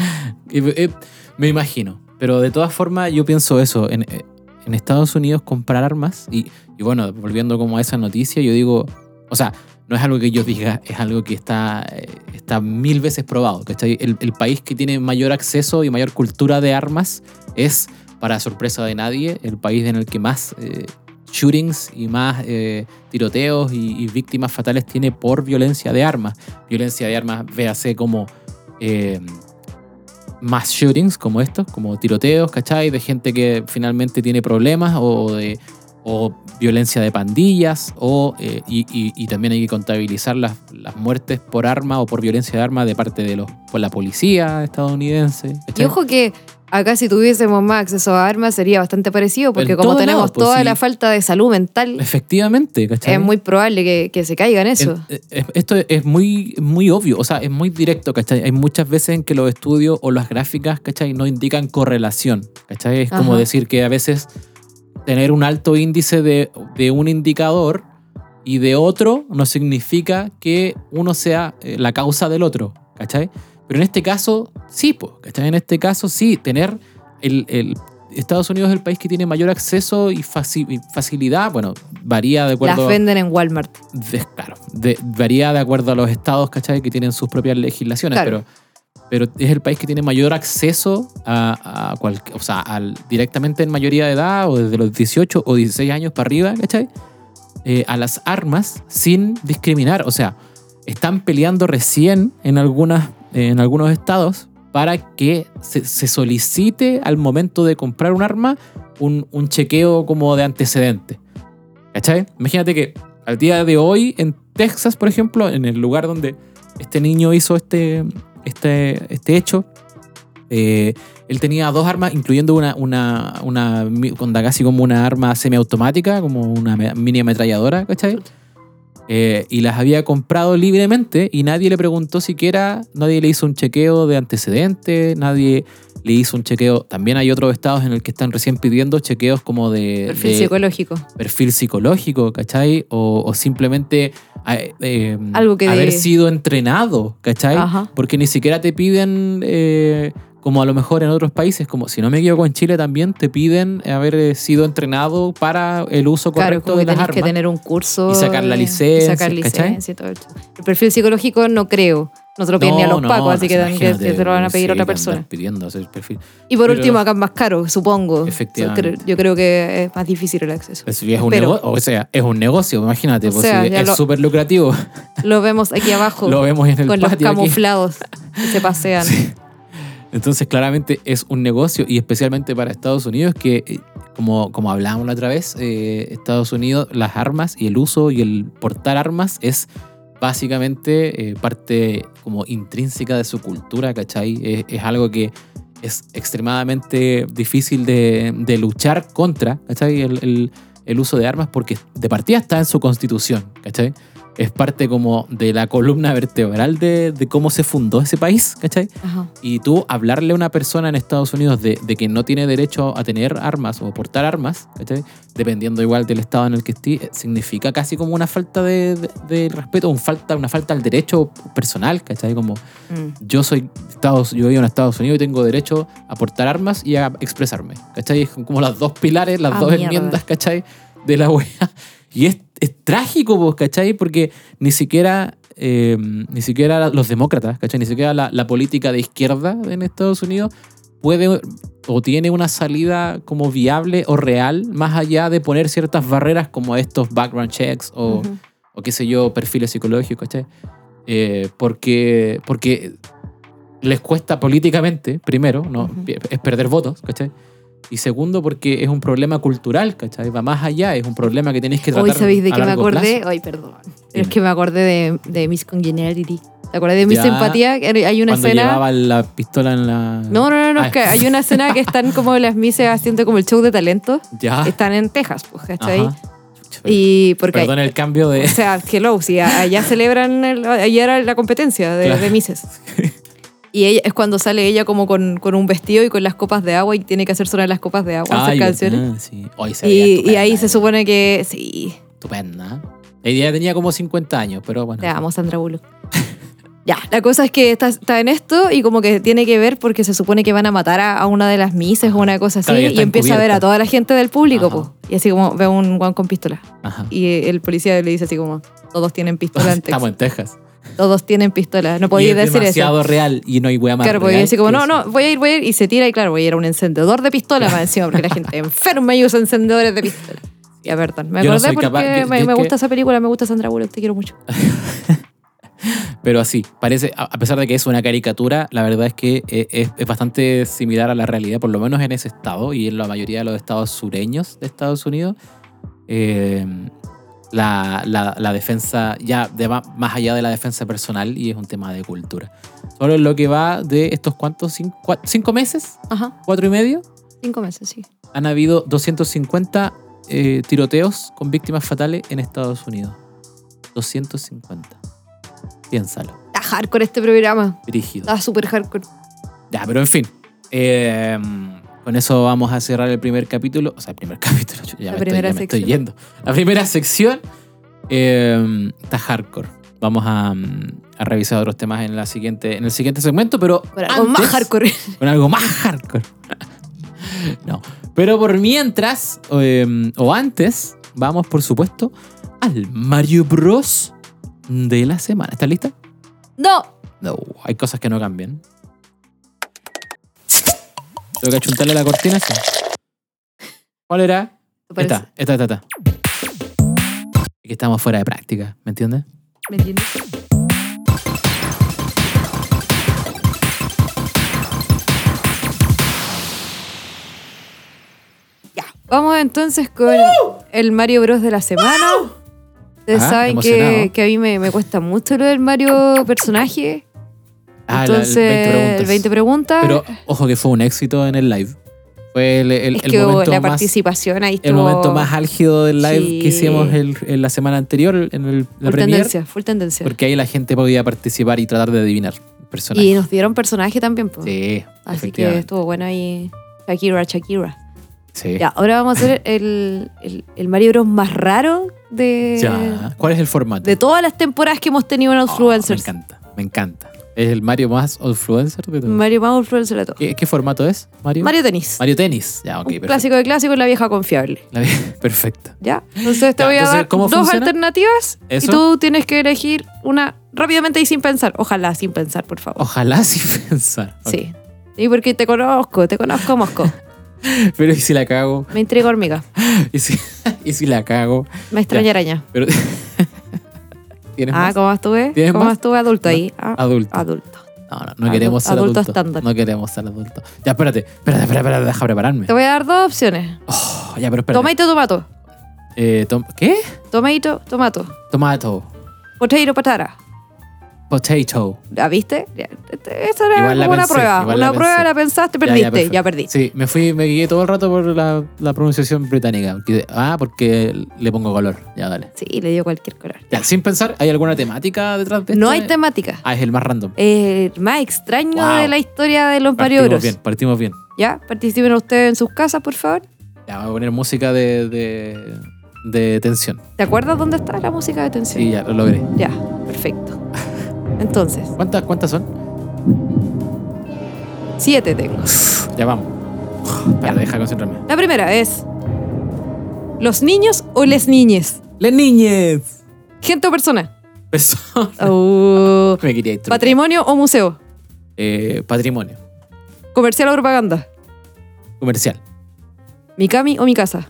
Me imagino. Pero de todas formas yo pienso eso, en Estados Unidos comprar armas y bueno, volviendo como a esa noticia, yo digo, o sea, no es algo que yo diga, es algo que está 1000 veces probado, ¿cachai? El país que tiene mayor acceso y mayor cultura de armas es, para sorpresa de nadie, el país en el que más shootings y más tiroteos y víctimas fatales tiene por violencia de armas. Violencia de armas, véase como... más shootings como estos, como tiroteos, ¿cachai? De gente que finalmente tiene problemas o de o violencia de pandillas, y también hay que contabilizar las muertes por arma o por violencia de arma de parte por la policía estadounidense. ¿Cachai? Y ojo que acá si tuviésemos más acceso a armas sería bastante parecido, porque como tenemos toda la falta de salud mental, efectivamente, ¿cachai? Es muy probable que se caiga en eso. Esto es muy, muy obvio, o sea, es muy directo, ¿cachai? Hay muchas veces en que los estudios o las gráficas, ¿cachai? No indican correlación, ¿cachai? Es como decir que a veces tener un alto índice de un indicador y de otro no significa que uno sea la causa del otro, ¿cachai? Pero en este caso, sí, ¿cachai? En este caso, sí, tener Estados Unidos es el país que tiene mayor acceso y facilidad, bueno, varía de acuerdo... Las venden en Walmart. Claro, varía de acuerdo a los estados, ¿cachai? Que tienen sus propias legislaciones, claro. Pero es el país que tiene mayor acceso directamente en mayoría de edad, o desde los 18 o 16 años para arriba, ¿cachai? A las armas sin discriminar. O sea, están peleando recién en algunos estados para que se solicite al momento de comprar un arma un chequeo como de antecedente. ¿Cachai? Imagínate que al día de hoy en Texas, por ejemplo, en el lugar donde este niño hizo este hecho, él tenía 2 armas, incluyendo una casi como una arma semiautomática, como una mini ametralladora, ¿cachai? Y las había comprado libremente y nadie le preguntó siquiera, nadie le hizo un chequeo de antecedentes, nadie le hizo un chequeo. También hay otros estados en el que están recién pidiendo chequeos como de... Perfil psicológico. Perfil psicológico, ¿cachai? O simplemente algo que haber sido entrenado, ¿cachai? Ajá. Porque ni siquiera te piden... como a lo mejor en otros países, como si no me equivoco en Chile también te piden haber sido entrenado para el uso correcto de las armas. Que tener un curso y sacar la licencia, y todo eso. El perfil psicológico no creo. No se lo piden ni a los pacos, así que te lo van a pedir a otra persona. Pidiendo hacer perfil. Y por último, acá es más caro, supongo. Efectivamente. Yo creo que es más difícil el acceso. Es un negocio, imagínate, es súper lucrativo. Lo vemos aquí abajo. Lo vemos en el con patio los camuflados que se pasean. Sí. Entonces, claramente es un negocio, y especialmente para Estados Unidos, que como hablábamos la otra vez, Estados Unidos, las armas y el uso y el portar armas es básicamente parte como intrínseca de su cultura, ¿cachai? Es algo que es extremadamente difícil de luchar contra, ¿cachai? El uso de armas, porque de partida está en su constitución, ¿cachai? Es parte como de la columna vertebral de cómo se fundó ese país, ¿cachai? Ajá. Y tú hablarle a una persona en Estados Unidos de que no tiene derecho a tener armas o portar armas, ¿cachai? Dependiendo igual del estado en el que esté, significa casi como una falta de respeto, una falta al derecho personal, ¿cachai? Como yo vivo en Estados Unidos y tengo derecho a portar armas y a expresarme, ¿cachai? Es como las dos pilares, las dos enmiendas, ¿cachai? De la wea. Y es trágico, pues, ¿cachai? Porque ni siquiera los demócratas, ¿cachai? Ni siquiera la política de izquierda en Estados Unidos puede o tiene una salida como viable o real, más allá de poner ciertas barreras como estos background checks o qué sé yo, perfiles psicológicos, ¿cachai? Porque les cuesta políticamente, primero, ¿no? Es perder votos, ¿cachai? Y segundo, porque es un problema cultural, ¿cachai? Va más allá, es un problema que tenéis que tratar. Hoy sabéis de a qué me largo acordé. plazo. Ay, perdón. Es que me acordé de Miss Congeniality. ¿Te acordás de Miss Empatía? Hay una cuando escena. Llevaba la pistola en la. No, es que hay una escena que están como las Misses haciendo como el show de talento. Ya. Están en Texas, pues, ¿cachai? Ajá. Y porque Perdón el cambio de. O sea, hello, si allá celebran. Allá era la competencia de Misses. Y es cuando sale ella como con un vestido y con las copas de agua y tiene que hacer sonar las copas de agua, hacer canciones. Sí. Y ahí se supone que sí. Estupenda. Ella tenía como 50 años, pero bueno. Te amo, Sandra Bullock. Ya, la cosa es que está en esto y como que tiene que ver porque se supone que van a matar a una de las Misses o una cosa así, y empieza a ver a toda la gente del público, pues. Y así como ve un guan con pistola. Ajá. Y el policía le dice así como, todos tienen pistola en Texas. Estamos en Texas. Todos tienen pistola, no podía decir eso. Es demasiado real y no hay wea más claro, real. Claro, así como, no, voy a ir, y se tira y claro, voy a ir a un encendedor de pistola más encima, porque la gente enferma y usa encendedores de pistola. Ya, perdón, me acordé porque me gusta esa película, me gusta Sandra Bullock, te quiero mucho. Pero así, parece, a pesar de que es una caricatura, la verdad es que es bastante similar a la realidad, por lo menos en ese estado y en la mayoría de los estados sureños de Estados Unidos. la defensa, ya más allá de la defensa personal, y es un tema de cultura. Solo en lo que va de estos cuantos, 5 meses, Ajá. 4 y medio, 5 meses, sí. han habido 250 tiroteos con víctimas fatales en Estados Unidos. 250. Piénsalo. Está hardcore este programa. Brígido. Está súper hardcore. Ya, pero en fin. Con eso vamos a cerrar el primer capítulo. O sea, el primer capítulo. Ya me estoy yendo. La primera sección está hardcore. Vamos a revisar otros temas en el siguiente segmento, pero con algo más hardcore. Con algo más hardcore. No. Pero por mientras, o antes, vamos, por supuesto, al Mario Bros. De la semana. ¿Estás lista? No. No, hay cosas que no cambian. Tengo que achuntarle la cortina, sí. ¿Cuál era? Esta. Es que estamos fuera de práctica, ¿me entiendes? ¿Me entiendes? Ya. Vamos entonces con el Mario Bros. De la semana. Ustedes saben que a mí me cuesta mucho lo del Mario personaje. Entonces, el 20 preguntas. Pero ojo que fue un éxito en el live. Fue el que momento la participación ahí estuvo... El momento más álgido del live que hicimos en la semana anterior, en la premiere. Full tendencia. Porque ahí la gente podía participar y tratar de adivinar personajes. Y nos dieron personaje también, pues. Sí, así que estuvo bueno ahí. Shakira. Sí. Ya, ahora vamos a hacer el Mario Bros. Más raro de... Ya. ¿Cuál es el formato? De todas las temporadas que hemos tenido en Outfluencers. Me encanta. Es el Mario más Outfluencer de todo. Mario más Outfluencer de todo. ¿Qué formato es, Mario? Mario Tenis. Mario Tenis. Ya, ok, perfecto. Clásico de clásicos, la vieja confiable. Perfecto. Ya, entonces te voy a dar dos alternativas. ¿Eso? Y tú tienes que elegir una rápidamente y sin pensar. Ojalá sin pensar, por favor. Ojalá sin pensar. Okay. Sí. Sí, porque te conozco, Mosco. Pero ¿y si la cago? Me intriga hormiga. ¿Y si la cago? Me extraña araña. Pero... ¿Tienes más? ¿Cómo estuve? ¿Cómo estuve adulto ahí? Adulto. No queremos ser adulto. Estándar. No queremos ser adulto. Ya, espérate, deja prepararme. Te voy a dar dos opciones. Oh, ya, pero espérate. Tomato, tomato. ¿Qué? Tomato, tomato. Tomato. Potato, patata. Potato. ¿La viste? Esa era como una prueba. Una prueba la pensaste, perdiste. Ya perdí. Sí, me guié todo el rato por la pronunciación británica. Porque le pongo color. Ya, dale. Sí, le dio cualquier color. Ya, sin pensar, ¿hay alguna temática detrás de esto? No hay temática. Es el más random. El más extraño de la historia de los Mario Bros. Partimos bien. Ya, participen ustedes en sus casas, por favor. Ya, voy a poner música de tensión. ¿Te acuerdas dónde está la música de tensión? Sí, ya, lo logré. Ya, perfecto. Entonces. ¿Cuántas son? 7 tengo. Ya vamos. Deja de concentrarme. La primera es: ¿los niños o les niñes? ¡Les niñes! ¿Gente o persona? Persona. Me quería ir. ¿Patrimonio o museo? Patrimonio. ¿Comercial o propaganda? Comercial. ¿Mikami o mi casa?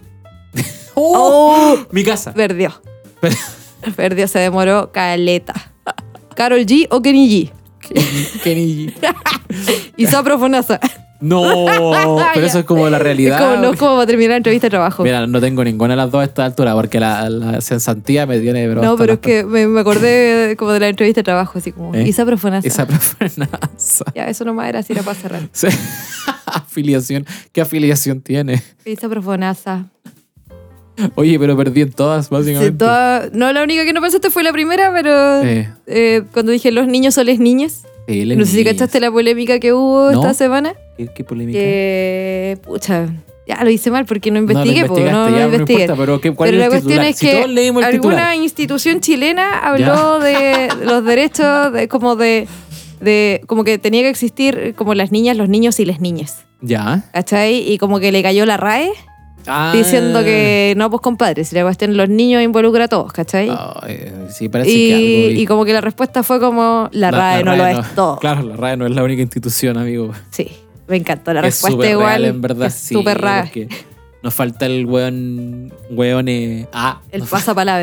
Mi casa. Perdió. Perdió, se demoró caleta. ¿Karol G o Kenny G? Kenny G. Isapro Fonasa. No, pero eso es como la realidad. No es como para terminar la entrevista de trabajo. Mira, no tengo ninguna de las dos a esta altura porque la censantía me tiene... No, pero es que me acordé como de la entrevista de trabajo, así como Isapro Fonasa. Isapro Fonasa. Ya, eso nomás era así, era para cerrar. Sí. Afiliación. ¿Qué afiliación tiene? Isapro Fonasa. Oye, pero perdí en todas, básicamente. Sí, no, la única que no pensaste fue la primera, pero cuando dije los niños o les niñas. Sí, no sé si cachaste la polémica que hubo esta semana. ¿Qué polémica? Pucha, ya lo hice mal porque no investigué. No investigué. Importa, pero la cuestión es que alguna institución chilena habló de los derechos como que tenía que existir como las niñas, los niños y las niñas. Ya. ¿Cachai? Y como que le cayó la RAE. Diciendo que no, pues compadre, si la cuestión los niños involucra a todos, ¿cachai? Sí, parece que algo... Y como que la respuesta fue como, la RAE no lo es todo. Claro, la RAE no es la única institución, amigo. Sí, me encantó la respuesta es igual. Real, en verdad, es súper RAE. Nos falta el weón el pasapalabra.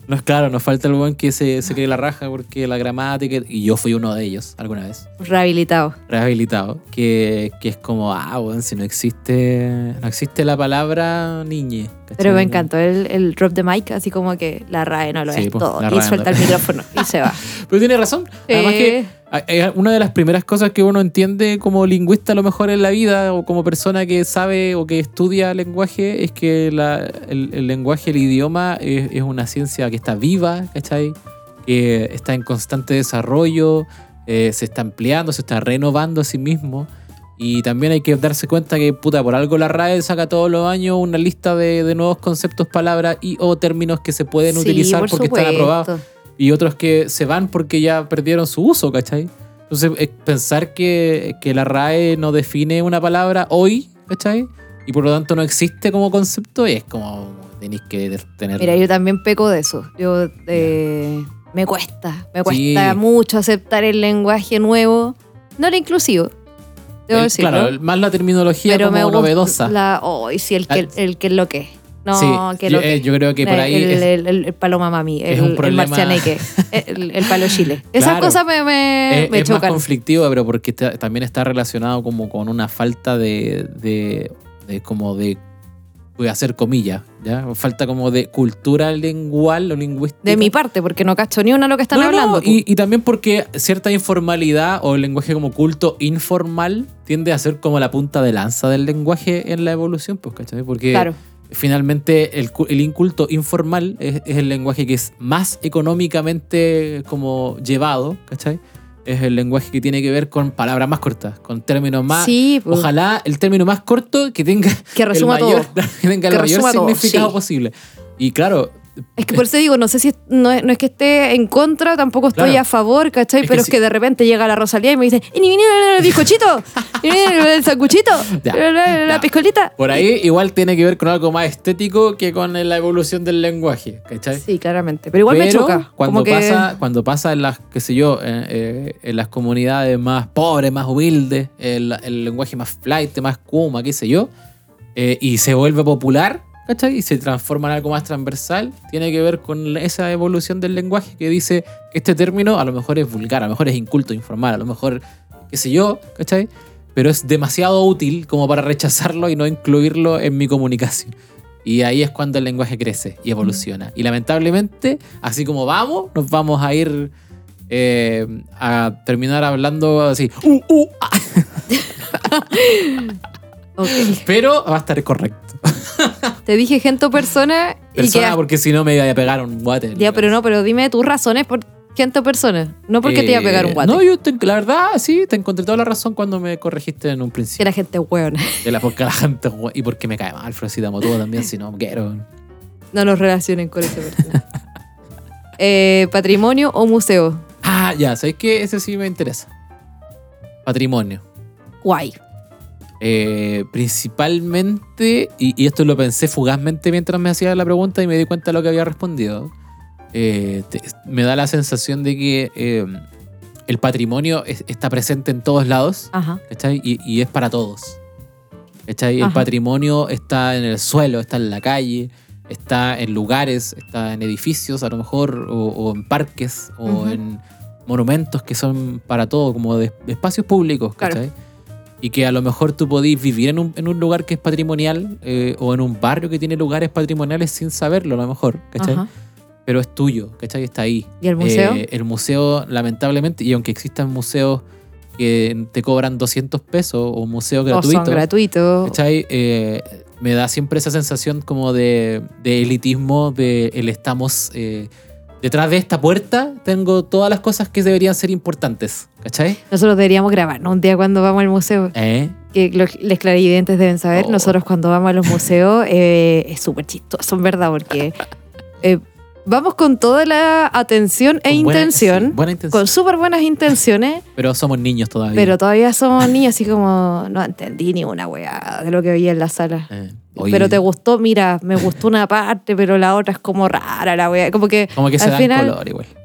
No es claro, nos falta el buen que se cree la raja porque la gramática, y yo fui uno de ellos alguna vez. Rehabilitado. Que es como, bueno, si no existe la palabra niñe. ¿cachai? Pero me encantó el drop de mic, así como que la RAE no lo es todo. Y suelta el micrófono y se va. Pero tiene razón. Además que una de las primeras cosas que uno entiende como lingüista a lo mejor en la vida o como persona que sabe o que estudia lenguaje es que el lenguaje, el idioma es una ciencia que está viva, ¿cachai? Que está en constante desarrollo, se está ampliando, se está renovando a sí mismo. Y también hay que darse cuenta que, por algo la RAE saca todos los años una lista de nuevos conceptos, palabras y o términos que se pueden utilizar porque están aprobados. Y otros que se van porque ya perdieron su uso, ¿cachai? Entonces, pensar que la RAE no define una palabra hoy, ¿cachai? Y por lo tanto no existe como concepto, es como tenéis que tener... Mira, yo también peco de eso. Me cuesta mucho aceptar el lenguaje nuevo, no el inclusivo. Claro, más la terminología pero como novedosa. El que es lo que es. No, sí, que lo que yo creo que por ahí el paloma mami, el marcianeque, el palo chile. Esas cosas me es chocan. Es más conflictivo, pero porque también está relacionado como con una falta de voy a hacer comillas, ¿ya? Falta como de cultura lingual o lingüística. De mi parte, porque no cacho ni una lo que están hablando. Y también porque cierta informalidad o el lenguaje como culto informal tiende a ser como la punta de lanza del lenguaje en la evolución, pues, ¿cachai? Porque finalmente el inculto informal es el lenguaje que es más económicamente como llevado, ¿cachai? Es el lenguaje que tiene que ver con palabras más cortas, con términos más... Sí, pues. Ojalá el término más corto que tenga el mayor significado posible. Y claro... Es que por eso digo, no sé si no es que esté en contra, tampoco estoy a favor, ¿cachai? Pero es que de repente llega la Rosalía y me dice ¡y ni viene el bizcochito! ¡y viene el sanguchito! ¡la piscolita! Por ahí igual tiene que ver con algo más estético que con la evolución del lenguaje, ¿cachai? Sí, claramente. Pero igual me choca. Cuando pasa en las, qué sé yo, en las comunidades más pobres, más humildes, el lenguaje más flight, más kuma, qué sé yo, y se vuelve popular, ¿cachai? Y se transforma en algo más transversal, tiene que ver con esa evolución del lenguaje que dice, este término a lo mejor es vulgar, a lo mejor es inculto, informal, a lo mejor, qué sé yo, ¿cachai? Pero es demasiado útil como para rechazarlo y no incluirlo en mi comunicación. Y ahí es cuando el lenguaje crece y evoluciona. Y lamentablemente, así como nos vamos a ir a terminar hablando así. Okay. Pero va a estar correcto. Te dije gente o persona. Porque si no me iba a pegar un guate. Ya, pero dime tus razones por gente o persona. No porque te iba a pegar un guate. No, la verdad, sí, te encontré toda la razón cuando me corregiste en un principio. Que la gente es hueona. Porque la gente es hueona. Y porque me cae mal, Florcita Motúa también, si no quiero. No nos relacionen con esa persona. ¿Patrimonio o museo? Ya, ¿sabes qué? Ese sí me interesa. Patrimonio. Guay. Principalmente, y esto lo pensé fugazmente mientras me hacía la pregunta y me di cuenta de lo que había respondido, me da la sensación de que el patrimonio está presente en todos lados. ¿Cachai? Y es para todos. ¿Cachai? El patrimonio está en el suelo, está en la calle, está en lugares, está en edificios a lo mejor, o en parques, o en monumentos que son para todo, como de espacios públicos, ¿cachai? Claro. Y que a lo mejor tú podís vivir en un lugar que es patrimonial, o en un barrio que tiene lugares patrimoniales sin saberlo a lo mejor, ¿cachai? Pero es tuyo, ¿cachai? Está ahí. ¿Y el museo? El museo, lamentablemente, y aunque existan museos que te cobran 200 pesos o museos gratuitos. O son gratuitos. ¿Cachai? Me da siempre esa sensación como de elitismo, de estamos... detrás de esta puerta tengo todas las cosas que deberían ser importantes, ¿cachai? Nosotros deberíamos grabar, ¿no? Un día cuando vamos al museo. Que los clarividentes deben saber, nosotros cuando vamos a los museos es súper chistoso, en verdad, porque vamos con toda la atención e intención, buena intención, con súper buenas intenciones. Pero somos niños todavía. Pero todavía somos niños, así como no entendí ni una weá de lo que veía en la sala. Pero te gustó, mira, me gustó una parte, pero la otra es como rara la weá. Como que se al dan final, color igual.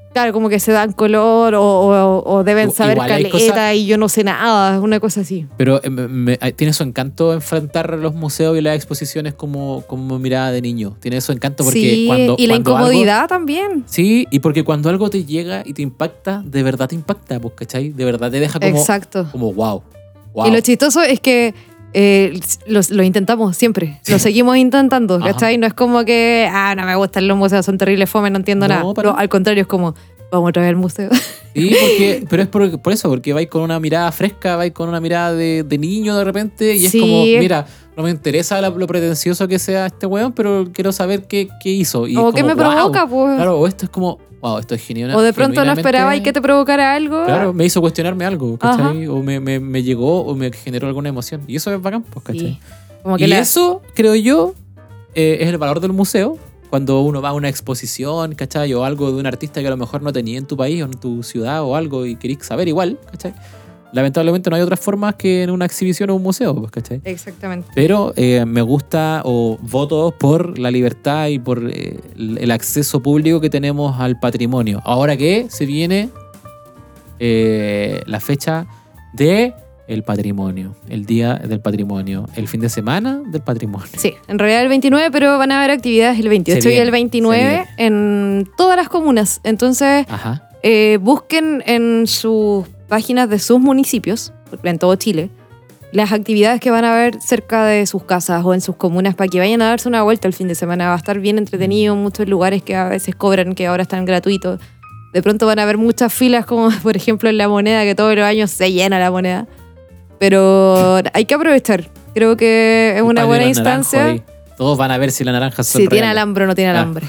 Claro, como que se dan color o deben saber caleta y yo no sé nada, una cosa así. Pero tiene su encanto enfrentar los museos y las exposiciones como mirada de niño. Tiene su encanto porque sí, y la incomodidad también. Sí, y porque cuando algo te llega y te impacta, de verdad te impacta, pues, ¿cachai? De verdad te deja como, exacto, como wow. Y lo chistoso es que lo intentamos siempre, lo seguimos intentando, ¿cachai? No es como que, no me gustan los museos, son terribles fome, no entiendo nada. No, al contrario, es como, vamos otra vez al museo. Sí, pero es por eso, porque vais con una mirada fresca, vais con una mirada de niño de repente y es como, mira, no me interesa lo pretencioso que sea este weón, pero quiero saber qué hizo. Y o qué me provoca, pues. Claro, o esto es como, wow, esto es genial. O de pronto no esperaba y que te provocara algo. Claro, me hizo cuestionarme algo, ¿cachai? O me llegó o me generó alguna emoción. Y eso es bacán, pues, ¿cachai? Sí. Como que eso, creo yo, es el valor del museo. Cuando uno va a una exposición, ¿cachai? O algo de un artista que a lo mejor no tenía en tu país o en tu ciudad o algo y querís saber igual, ¿cachai? Lamentablemente no hay otras formas que en una exhibición o un museo, pues, ¿cachai? Exactamente. Pero me gusta o voto por la libertad y por el acceso público que tenemos al patrimonio. Ahora que se viene la fecha de el patrimonio, el día del patrimonio, el fin de semana del patrimonio. Sí, en realidad el 29, pero van a haber actividades el 28 y el 29 en todas las comunas. Entonces, busquen en sus páginas de sus municipios, en todo Chile, las actividades que van a haber cerca de sus casas o en sus comunas para que vayan a darse una vuelta el fin de semana. Va a estar bien entretenido, muchos lugares que a veces cobran, que ahora están gratuitos. De pronto van a haber muchas filas, como por ejemplo en La Moneda, que todos los años se llena La Moneda. Pero hay que aprovechar. Creo que es una buena instancia. Todos van a ver si la naranja son si tiene alambre o no tiene alambre.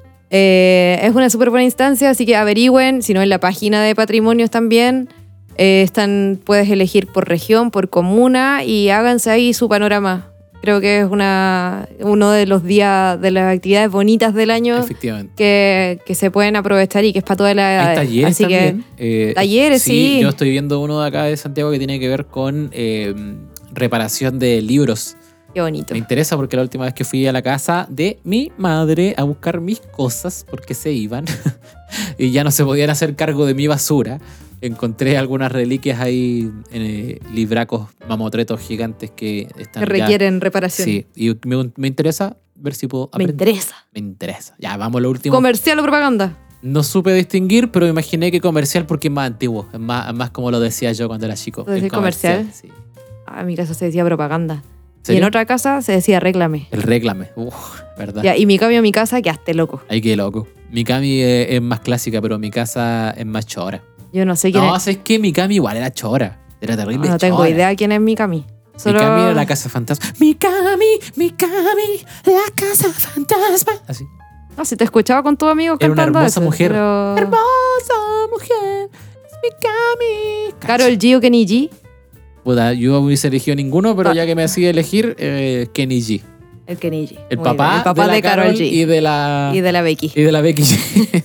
Es una súper buena instancia, así que averigüen. Si no, en la página de patrimonios también puedes elegir por región, por comuna y háganse ahí su panorama. Creo que es uno de los días, de las actividades bonitas del año que se pueden aprovechar y que es para toda la edad. Hay talleres así también. Talleres, sí. Yo estoy viendo uno de acá de Santiago que tiene que ver con reparación de libros. Qué bonito. Me interesa porque la última vez que fui a la casa de mi madre a buscar mis cosas porque se iban y ya no se podían hacer cargo de mi basura, encontré algunas reliquias ahí en libracos mamotretos gigantes que están que requieren reparación. Sí, y me interesa ver si puedo aprender. Me interesa. Ya, vamos a lo último. ¿Comercial o propaganda? No supe distinguir, pero me imaginé que comercial porque es más antiguo. Es más como lo decía yo cuando era chico. ¿Lo decía comercial? Sí. En mi casa se decía propaganda. ¿Serio? Y en otra casa se decía réclame. El réclame. ¿Verdad? Ya, y mi cambio a mi casa, quedaste loco. Ay, qué loco. Mi Cami es más clásica, pero mi casa es más chora. Yo no sé quién es. No, es que mi Cami igual era chora. Era terrible. No tengo idea quién es mi Cami. Solo... Mi Cami era la casa fantasma. Mi Cami, la casa fantasma. Así. No, si te escuchaba con tus amigos era cantando una hermosa eso, mujer. Pero... Hermosa mujer. Es mi Cami. Karol G o Kenny G. Puta, yo no hubiese elegido ninguno, pero ya que me hacía elegir, Kenny G. El Kenny G. El papá de Karol G. Y de la Becky. Y de la Becky G.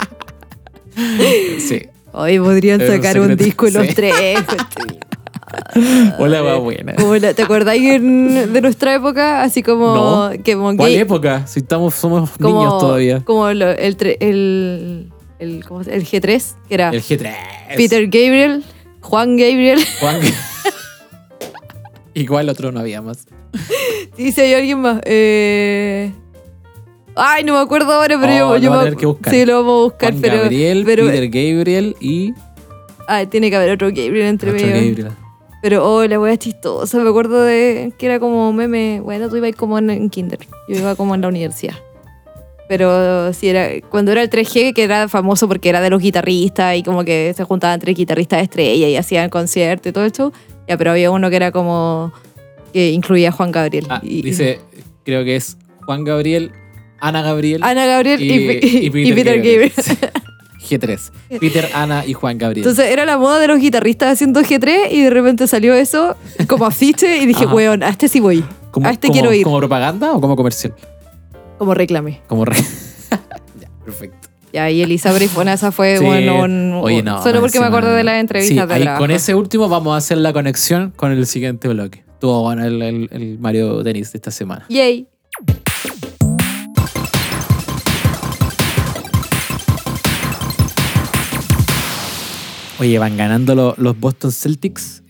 Sí. Hoy podrían sacar un disco los tres. Hola, va buena. ¿Te acordáis de nuestra época? Así como... No. ¿Cuál época? Si somos como, niños todavía. Como el G3, que era... El G3. Peter Gabriel, Juan Gabriel. Igual otro no había más. Sí, si hay alguien más. Ay, no me acuerdo ahora, pero yo voy a tener que buscar. Sí, lo vamos a buscar, Juan Gabriel, pero Peter Gabriel y... tiene que haber otro Gabriel entre medio. Gabriel. Pero, la wea es chistosa. Me acuerdo de que era como meme. Bueno, tú ibas como en kinder. Yo iba como en la universidad. Pero sí, cuando era el 3G, que era famoso porque era de los guitarristas y como que se juntaban 3 guitarristas de estrella y hacían conciertos y todo el show. Ya, pero había uno que era como... que incluía a Juan Gabriel. Dice, creo que es Juan Gabriel, Ana Gabriel y Peter Gabriel. G3. Peter, Ana y Juan Gabriel. Entonces era la moda de los guitarristas haciendo G3 y de repente salió eso como afiche y dije, weón, a este sí voy. A este quiero ir. ¿Como propaganda o como comercial? Como reclame. Ya, perfecto. Ya, y Elisa Brifona, esa fue sí. Oye, no, solo porque me acuerdo de las entrevistas de trabajo. Con ese último vamos a hacer la conexión con el siguiente bloque. Estuvo bueno el Mario Tennis de esta semana. Yay. Oye, van ganando los Boston Celtics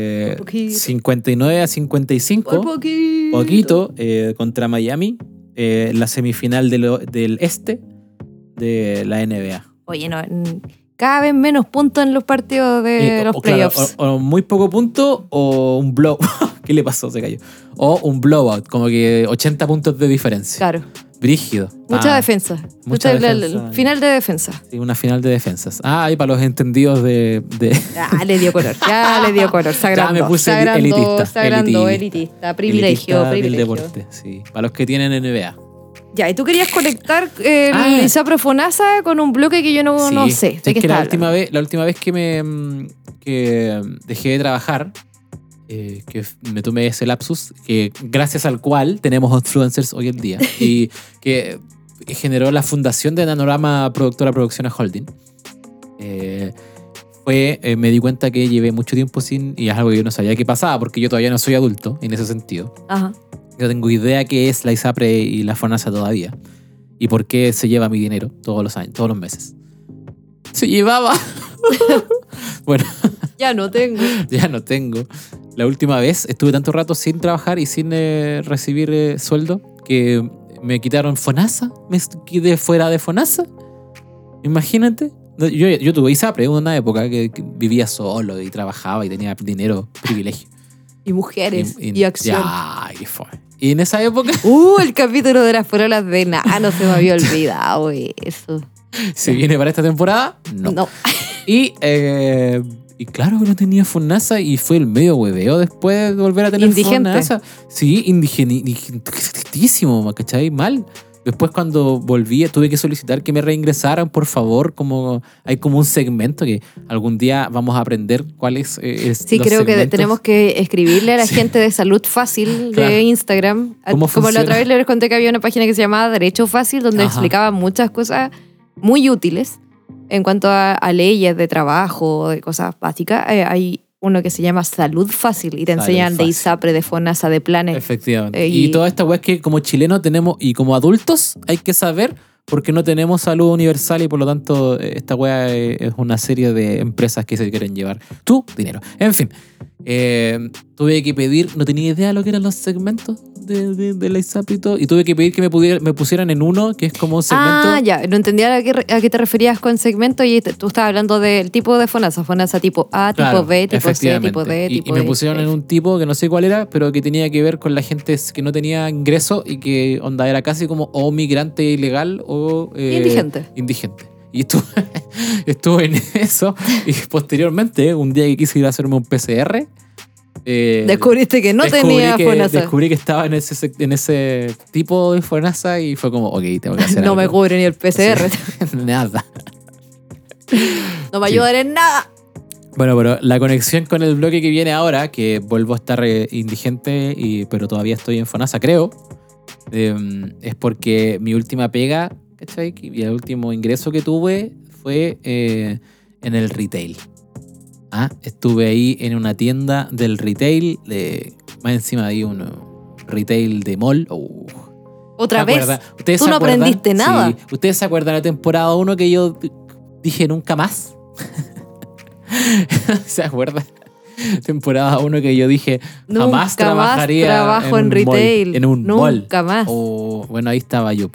59-55. Poquito contra Miami. La semifinal del este de la NBA. Oye, no, cada vez menos puntos en los partidos de los playoffs. Claro, o muy poco punto o un blow. ¿Qué le pasó? Se cayó. O un blowout, como que 80 puntos de diferencia. Claro. Brígido. Mucha defensa. Final de defensa. Sí, una final de defensas. Ahí para los entendidos de... le dio color. Se agrandó. Ya me puse elitista. Privilegio. Del deporte, sí. Para los que tienen NBA. Ya, y tú querías conectar el ISAPRE FONASA con un bloque que yo no sé. Es que la última vez que dejé de trabajar, que me tomé ese lapsus, que gracias al cual tenemos influencers hoy en día, y que generó la fundación de Nanorama Producciones Holding. Me di cuenta que llevé mucho tiempo y es algo que yo no sabía que pasaba, porque yo todavía no soy adulto en ese sentido. Ajá. No tengo idea qué es la ISAPRE y la FONASA todavía. Y por qué se lleva mi dinero todos los años, todos los meses. Se llevaba. Bueno. Ya no tengo. La última vez estuve tanto rato sin trabajar y sin recibir sueldo que me quitaron FONASA. Me quedé fuera de FONASA. Imagínate. Yo tuve ISAPRE una época que vivía solo y trabajaba y tenía dinero, privilegio. Y mujeres y acción. Ya, y fue. Y en esa época... el capítulo de las farolas de no se me había olvidado eso. ¿Se viene para esta temporada? No. Y claro que no tenía FONASA y fue el medio hueveo después de volver a tener FONASA. Sí, indigentísimo, ¿cachai? Mal. Después cuando volví tuve que solicitar que me reingresaran, por favor. Hay como un segmento que algún día vamos a aprender cuál es. Sí, creo segmentos. Que tenemos que escribirle a la gente de Salud Fácil de Instagram. Como la otra vez les conté que había una página que se llamaba Derecho Fácil, donde explicaba muchas cosas muy útiles en cuanto a leyes de trabajo, de cosas básicas. Hay uno que se llama Salud Fácil y te enseñan de ISAPRE, de FONASA, de planes. Efectivamente. Y toda esta web que como chilenos tenemos y como adultos hay que saber porque no tenemos salud universal y por lo tanto esta web es una serie de empresas que se quieren llevar tu dinero. En fin, tuve que pedir, no tenía idea de lo que eran los segmentos de la ISAPRE y todo, y tuve que pedir que me pusieran en uno, que es como un segmento. Ya, no entendía a qué te referías con segmento y tú estabas hablando del tipo de FONASA tipo A, claro, tipo B, tipo C, tipo D, y me pusieron en un tipo que no sé cuál era, pero que tenía que ver con la gente que no tenía ingreso y que onda era casi como o migrante ilegal o indigente. Y estuve en eso y posteriormente, un día que quise ir a hacerme un PCR, descubriste que no tenía FONASA. Descubrí que estaba en ese tipo de FONASA y fue como, ok, tengo que hacer algo. No me cubre ni el PCR. Nada. No me ayudará en nada. Bueno, pero la conexión con el bloque que viene ahora, que vuelvo a estar indigente, pero todavía estoy en FONASA, creo, es porque mi última pega, ¿cachai? Y el último ingreso que tuve fue en el retail. Estuve ahí en una tienda del retail, más encima de un retail de mall. ¿Otra vez? ¿Tú no aprendiste nada? Sí. ¿Ustedes se acuerdan de la temporada 1 que yo dije nunca más? ¿Se acuerdan? Temporada 1 que yo dije jamás trabajaría trabajo en retail. En un mall. Nunca más. Bueno, ahí estaba yo.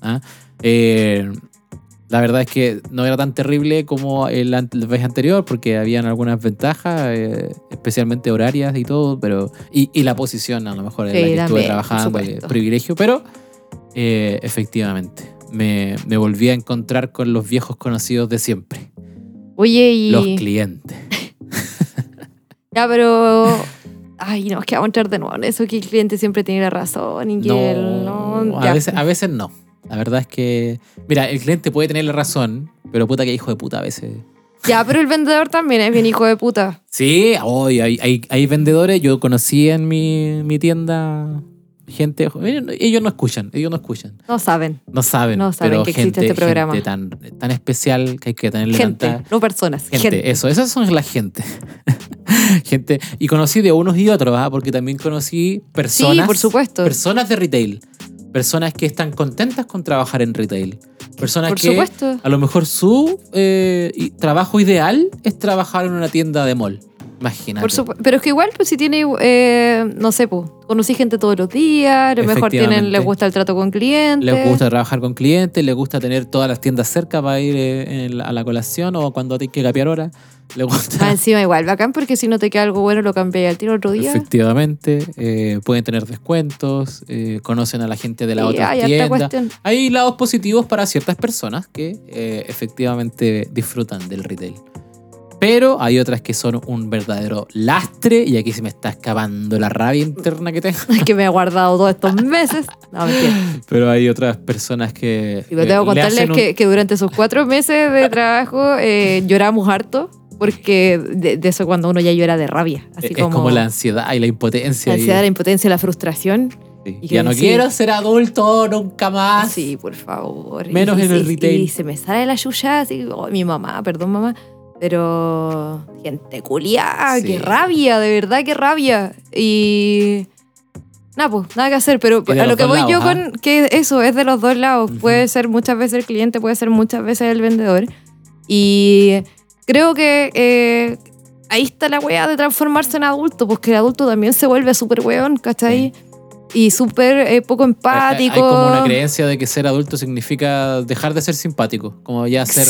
La verdad es que no era tan terrible como la vez anterior porque habían algunas ventajas, especialmente horarias y todo, pero y la posición a lo mejor en la que estuve trabajando, privilegio, pero efectivamente me volví a encontrar con los viejos conocidos de siempre. Oye, los clientes. Ya, pero... Ay, no, es que vamos a entrar de nuevo en eso, que el cliente siempre tiene la razón y que él no... A veces no. La verdad es que... Mira, el cliente puede tener la razón, pero puta que hijo de puta a veces. Ya, pero el vendedor también es bien hijo de puta. Sí, hay vendedores. Yo conocí en mi tienda gente... Ellos no escuchan. No saben. No saben pero que existe este programa. Gente tan especial que hay que tenerle gente, no personas. Gente. Esas son la gente. Gente. Y conocí de unos y otros, porque también conocí personas... Sí, por supuesto. Personas de retail. Personas que están contentas con trabajar en retail. Personas por que supuesto. a lo mejor su trabajo ideal es trabajar en una tienda de mall. Imagínate. Pero es que igual, pues si tiene, no sé, pues, conocí gente todos los días, a lo mejor les gusta el trato con clientes. Les gusta trabajar con clientes, les gusta tener todas las tiendas cerca para ir a la colación o cuando hay que capear hora. Les gusta. Encima igual, bacán, porque si no te queda algo bueno lo cambias al tiro otro día. Efectivamente, pueden tener descuentos, conocen a la gente de la otra tienda. Hay lados positivos para ciertas personas que efectivamente disfrutan del retail. Pero hay otras que son un verdadero lastre y aquí se me está escapando la rabia interna que tengo. Que me ha guardado todos estos meses. No, mentira. Pero hay otras personas que... Y tengo que contarles que durante esos 4 meses de trabajo lloramos harto. Porque de eso cuando uno ya llora de rabia. Así es como la ansiedad y la impotencia. La ansiedad, la impotencia, la frustración. Sí. Ya no quiero ser adulto nunca más. Sí, por favor. Menos en el retail. Y se me sale la yuya así, mi mamá, perdón mamá. Pero gente culiada, qué rabia, de verdad, qué rabia. Y nada, pues, nada que hacer. Pero a lo que voy yo con que eso es de los dos lados. Puede ser muchas veces el cliente, puede ser muchas veces el vendedor. Y creo que ahí está la weá de transformarse en adulto, porque el adulto también se vuelve súper weón, ¿cachai? Y súper poco empático. Hay como una creencia de que ser adulto significa dejar de ser simpático. Como ya ser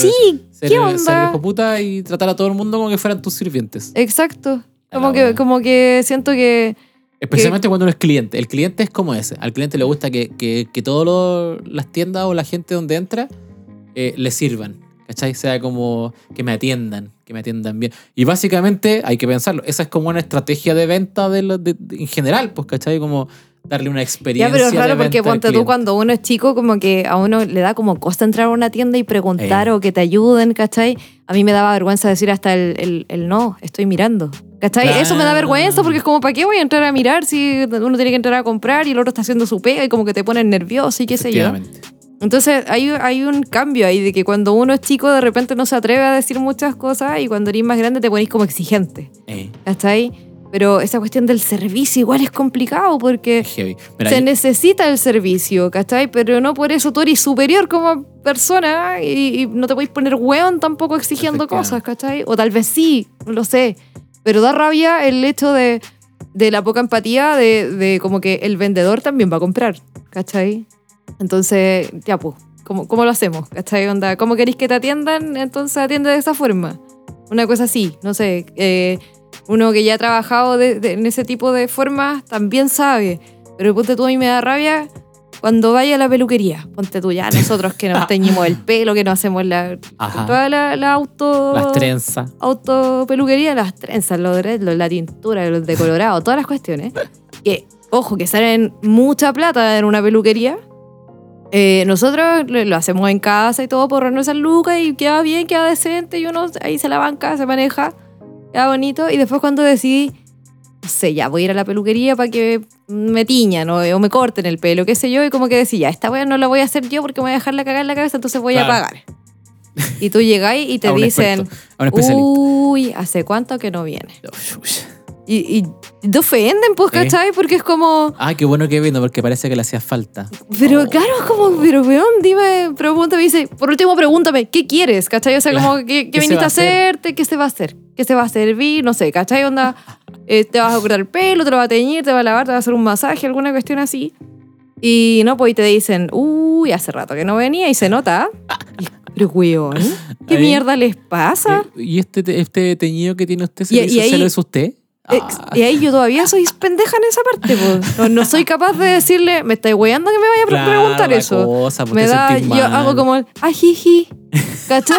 hijo puta y tratar a todo el mundo como que fueran tus sirvientes. Exacto. Como que siento que... Especialmente cuando uno es cliente. El cliente es como ese. Al cliente le gusta que todas las tiendas o la gente donde entra le sirvan. ¿Cachai? Sea como que me atiendan bien. Y básicamente, hay que pensarlo, esa es como una estrategia de venta en general, pues, ¿cachai? Como darle una experiencia. Ya, pero es raro porque ponte tú cuando uno es chico, como que a uno le da como costa entrar a una tienda y preguntar o que te ayuden, ¿cachai? A mí me daba vergüenza decir hasta el no, estoy mirando. ¿Cachai? Claro. Eso me da vergüenza porque es como, ¿para qué voy a entrar a mirar si uno tiene que entrar a comprar y el otro está haciendo su pega y como que te ponen nervioso y qué sé yo? Entonces hay un cambio ahí de que cuando uno es chico de repente no se atreve a decir muchas cosas y cuando eres más grande te ponís como exigente. ¿Cachai? Pero esa cuestión del servicio igual es complicado porque se necesita el servicio, ¿cachai? Pero no por eso tú eres superior como persona y no te podéis poner hueón tampoco exigiendo cosas, ¿cachai? O tal vez sí, no lo sé. Pero da rabia el hecho de la poca empatía de como que el vendedor también va a comprar, ¿cachai? Entonces, ya pues, ¿cómo lo hacemos? ¿Cachai? Onda, ¿cómo queréis que te atiendan? Entonces atiende de esa forma. Una cosa así, no sé. Uno que ya ha trabajado en ese tipo de formas también sabe. Pero ponte tú, a mí me da rabia cuando vaya a la peluquería. Ponte tú ya, nosotros que nos teñimos el pelo, que nos hacemos toda las trenzas. Autopeluquería, las trenzas, la tintura, los decolorados, todas las cuestiones. Que, ojo, que salen mucha plata en una peluquería. Nosotros lo hacemos en casa y todo por ahorrarnos esas lucas y queda bien, queda decente y uno ahí se la banca, se maneja, queda bonito. Y después cuando decidí, no sé, ya voy a ir a la peluquería para que me tiñan o me corten el pelo, qué sé yo, y como que decía, ya, esta wea no la voy a hacer yo porque me voy a dejarla cagar en la cabeza, entonces voy a pagar. Y tú llegáis y te dicen, uy, ¿hace cuánto que no viene? Y te ofenden, pues, ¿cachai? Porque es como... qué bueno que vino, porque parece que le hacía falta. Pero claro, es como, pero weón, dime, pregúntame, dice, por último pregúntame, ¿qué quieres? ¿Cachai? O sea, como, ¿qué viniste a hacerte? ¿Qué se va a hacer? ¿Qué se va a servir? No sé, ¿cachai? Onda, te vas a cortar el pelo, te lo vas a teñir, te vas a lavar, te vas a hacer un masaje, alguna cuestión así. Y no, pues, y te dicen, uy, hace rato que no venía y se nota. Pero weón, ¿qué mierda les pasa? ¿Y este teñido que tiene usted, se lo hizo usted? Y ahí yo todavía soy pendeja en esa parte, pues. No soy capaz de decirle, me estáis weando que me vaya a preguntar eso. Me da, yo hago como el ajiji, ¿cachai?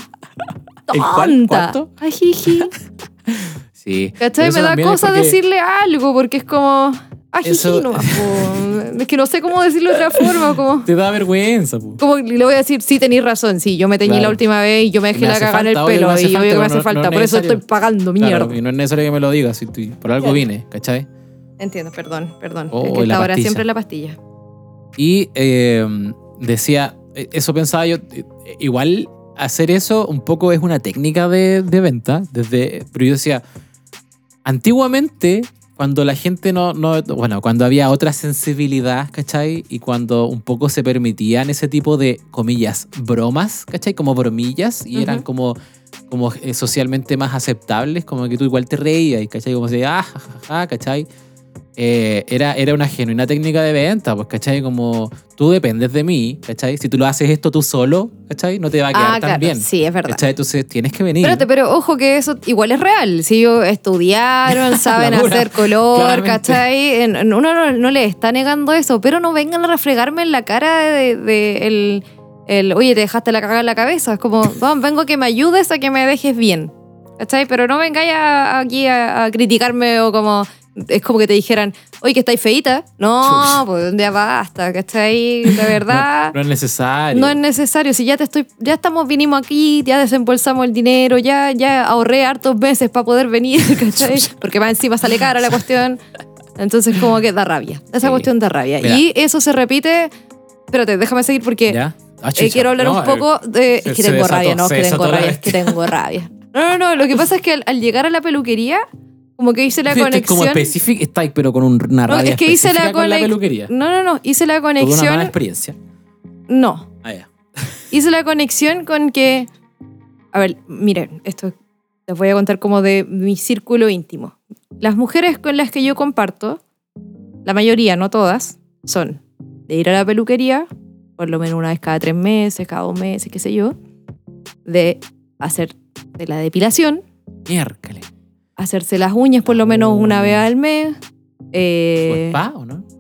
Tonta. Ajiji. Sí. ¿Cachai? Me da cosa decirle algo porque es como ajiji nomás, es que no sé cómo decirlo de otra forma. Como, te da vergüenza, po. Como le voy a decir, sí, tenéis razón, sí, yo me teñí la última vez y yo me dejé la cagada en el pelo y obvio que me hace falta, por eso estoy pagando mierda. Y no es necesario que me lo digas, si por algo vine, ¿cachai? Entiendo, perdón. Es que esta hora siempre es la pastilla. Y decía, eso pensaba yo, igual hacer eso un poco es una técnica de venta, pero yo decía, antiguamente cuando la gente bueno, cuando había otra sensibilidad, ¿cachai? Y cuando un poco se permitían ese tipo de, comillas, bromas, ¿cachai? Como bromillas, y eran como socialmente más aceptables, como que tú igual te reías, ¿cachai? Como se jajaja, ¿cachai? Era una genuina técnica de venta, pues, ¿cachai? Como tú dependes de mí, ¿cachai? Si tú lo haces esto tú solo, ¿cachai? No te va a quedar tan bien. Sí, es verdad. ¿Cachai? Entonces tienes que venir. Espérate, pero ojo que eso igual es real. Si ellos estudiaron, saben hacer color, claramente. ¿Cachai? Uno no le está negando eso, pero no vengan a refregarme en la cara de oye, te dejaste la cagada en la cabeza. Es como, vengo a que me ayudes a que me dejes bien, ¿cachai? Pero no vengáis aquí a criticarme o como... Es como que te dijeran, oye, que estáis feíta. No, pues ya basta, ¿cachai? De verdad. No es necesario. No es necesario. Si vinimos aquí, ya desembolsamos el dinero, ya ahorré hartos meses para poder venir, ¿cachai? Porque más encima sale cara la cuestión. Entonces como que da rabia. Esa cuestión da rabia. Mira. Y eso se repite... Espérate, déjame seguir porque quiero hablar un poco de... Es que tengo rabia, no, es que tengo rabia, es que tengo rabia. No, lo que pasa es que al llegar a la peluquería... Como que hice la conexión. Como específico, está pero con una rabia es que hice la con la peluquería. No, hice la conexión. ¿Tuvo una mala experiencia? No. Ya. Hice la conexión con que... A ver, miren, esto les voy a contar como de mi círculo íntimo. Las mujeres con las que yo comparto, la mayoría, no todas, son de ir a la peluquería, por lo menos una vez cada 3 meses, cada 2 meses, qué sé yo, de hacer de la depilación. Miércoles. Hacerse las uñas por lo menos una vez al mes. ¿Spa o no?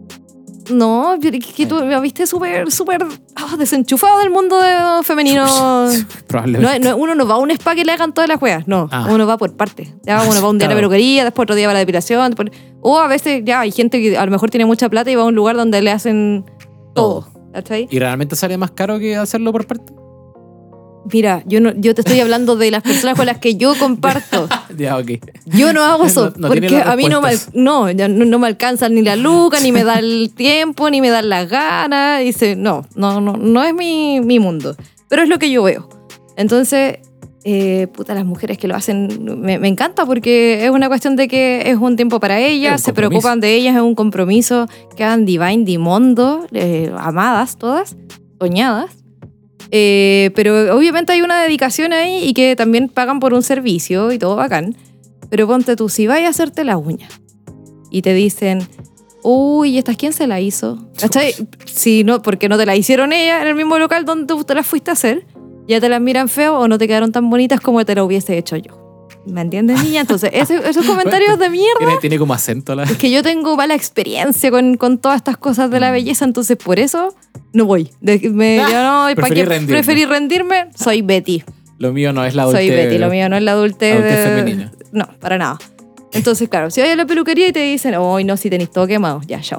No, que tú me viste súper desenchufado del mundo femenino. Probablemente. Uno no va a un spa que le hagan todas las weas, no. Uno va por partes. Uno va un día a la peluquería, después otro día va a la depilación. O a veces hay gente que a lo mejor tiene mucha plata y va a un lugar donde le hacen todo. ¿Cachai? ¿Y realmente sale más caro que hacerlo por parte? Mira, yo te estoy hablando de las personas con las que yo comparto. Ya, ok. Yo no hago eso, porque a mí no me alcanzan ni la luca, ni me da el tiempo, ni me dan las ganas. Dice, no es mi mundo. Pero es lo que yo veo. Entonces, las mujeres que lo hacen, me encanta porque es una cuestión de que es un tiempo para ellas, se preocupan de ellas, es un compromiso, quedan divine, dimondo, amadas todas, soñadas. Pero obviamente hay una dedicación ahí y que también pagan por un servicio y todo bacán. Pero ponte tú, si vas a hacerte las uñas y te dicen, uy, ¿esta quién se la hizo? ¿Cachai? Si no, porque no te la hicieron ella en el mismo local donde tú te las fuiste a hacer, ya te las miran feo o no te quedaron tan bonitas como te lo hubiese hecho yo. ¿Me entiendes, niña? Entonces, esos comentarios de mierda... Tiene como acento la... Es que yo tengo mala experiencia con todas estas cosas de la belleza, entonces por eso no voy. Preferí rendirme, soy Betty. Lo mío no es la adultez. Soy Betty, lo mío no es la adultez femenina. No, para nada. Entonces, claro, si vas a la peluquería y te dicen, no, si tenés todo quemado, ya, chao.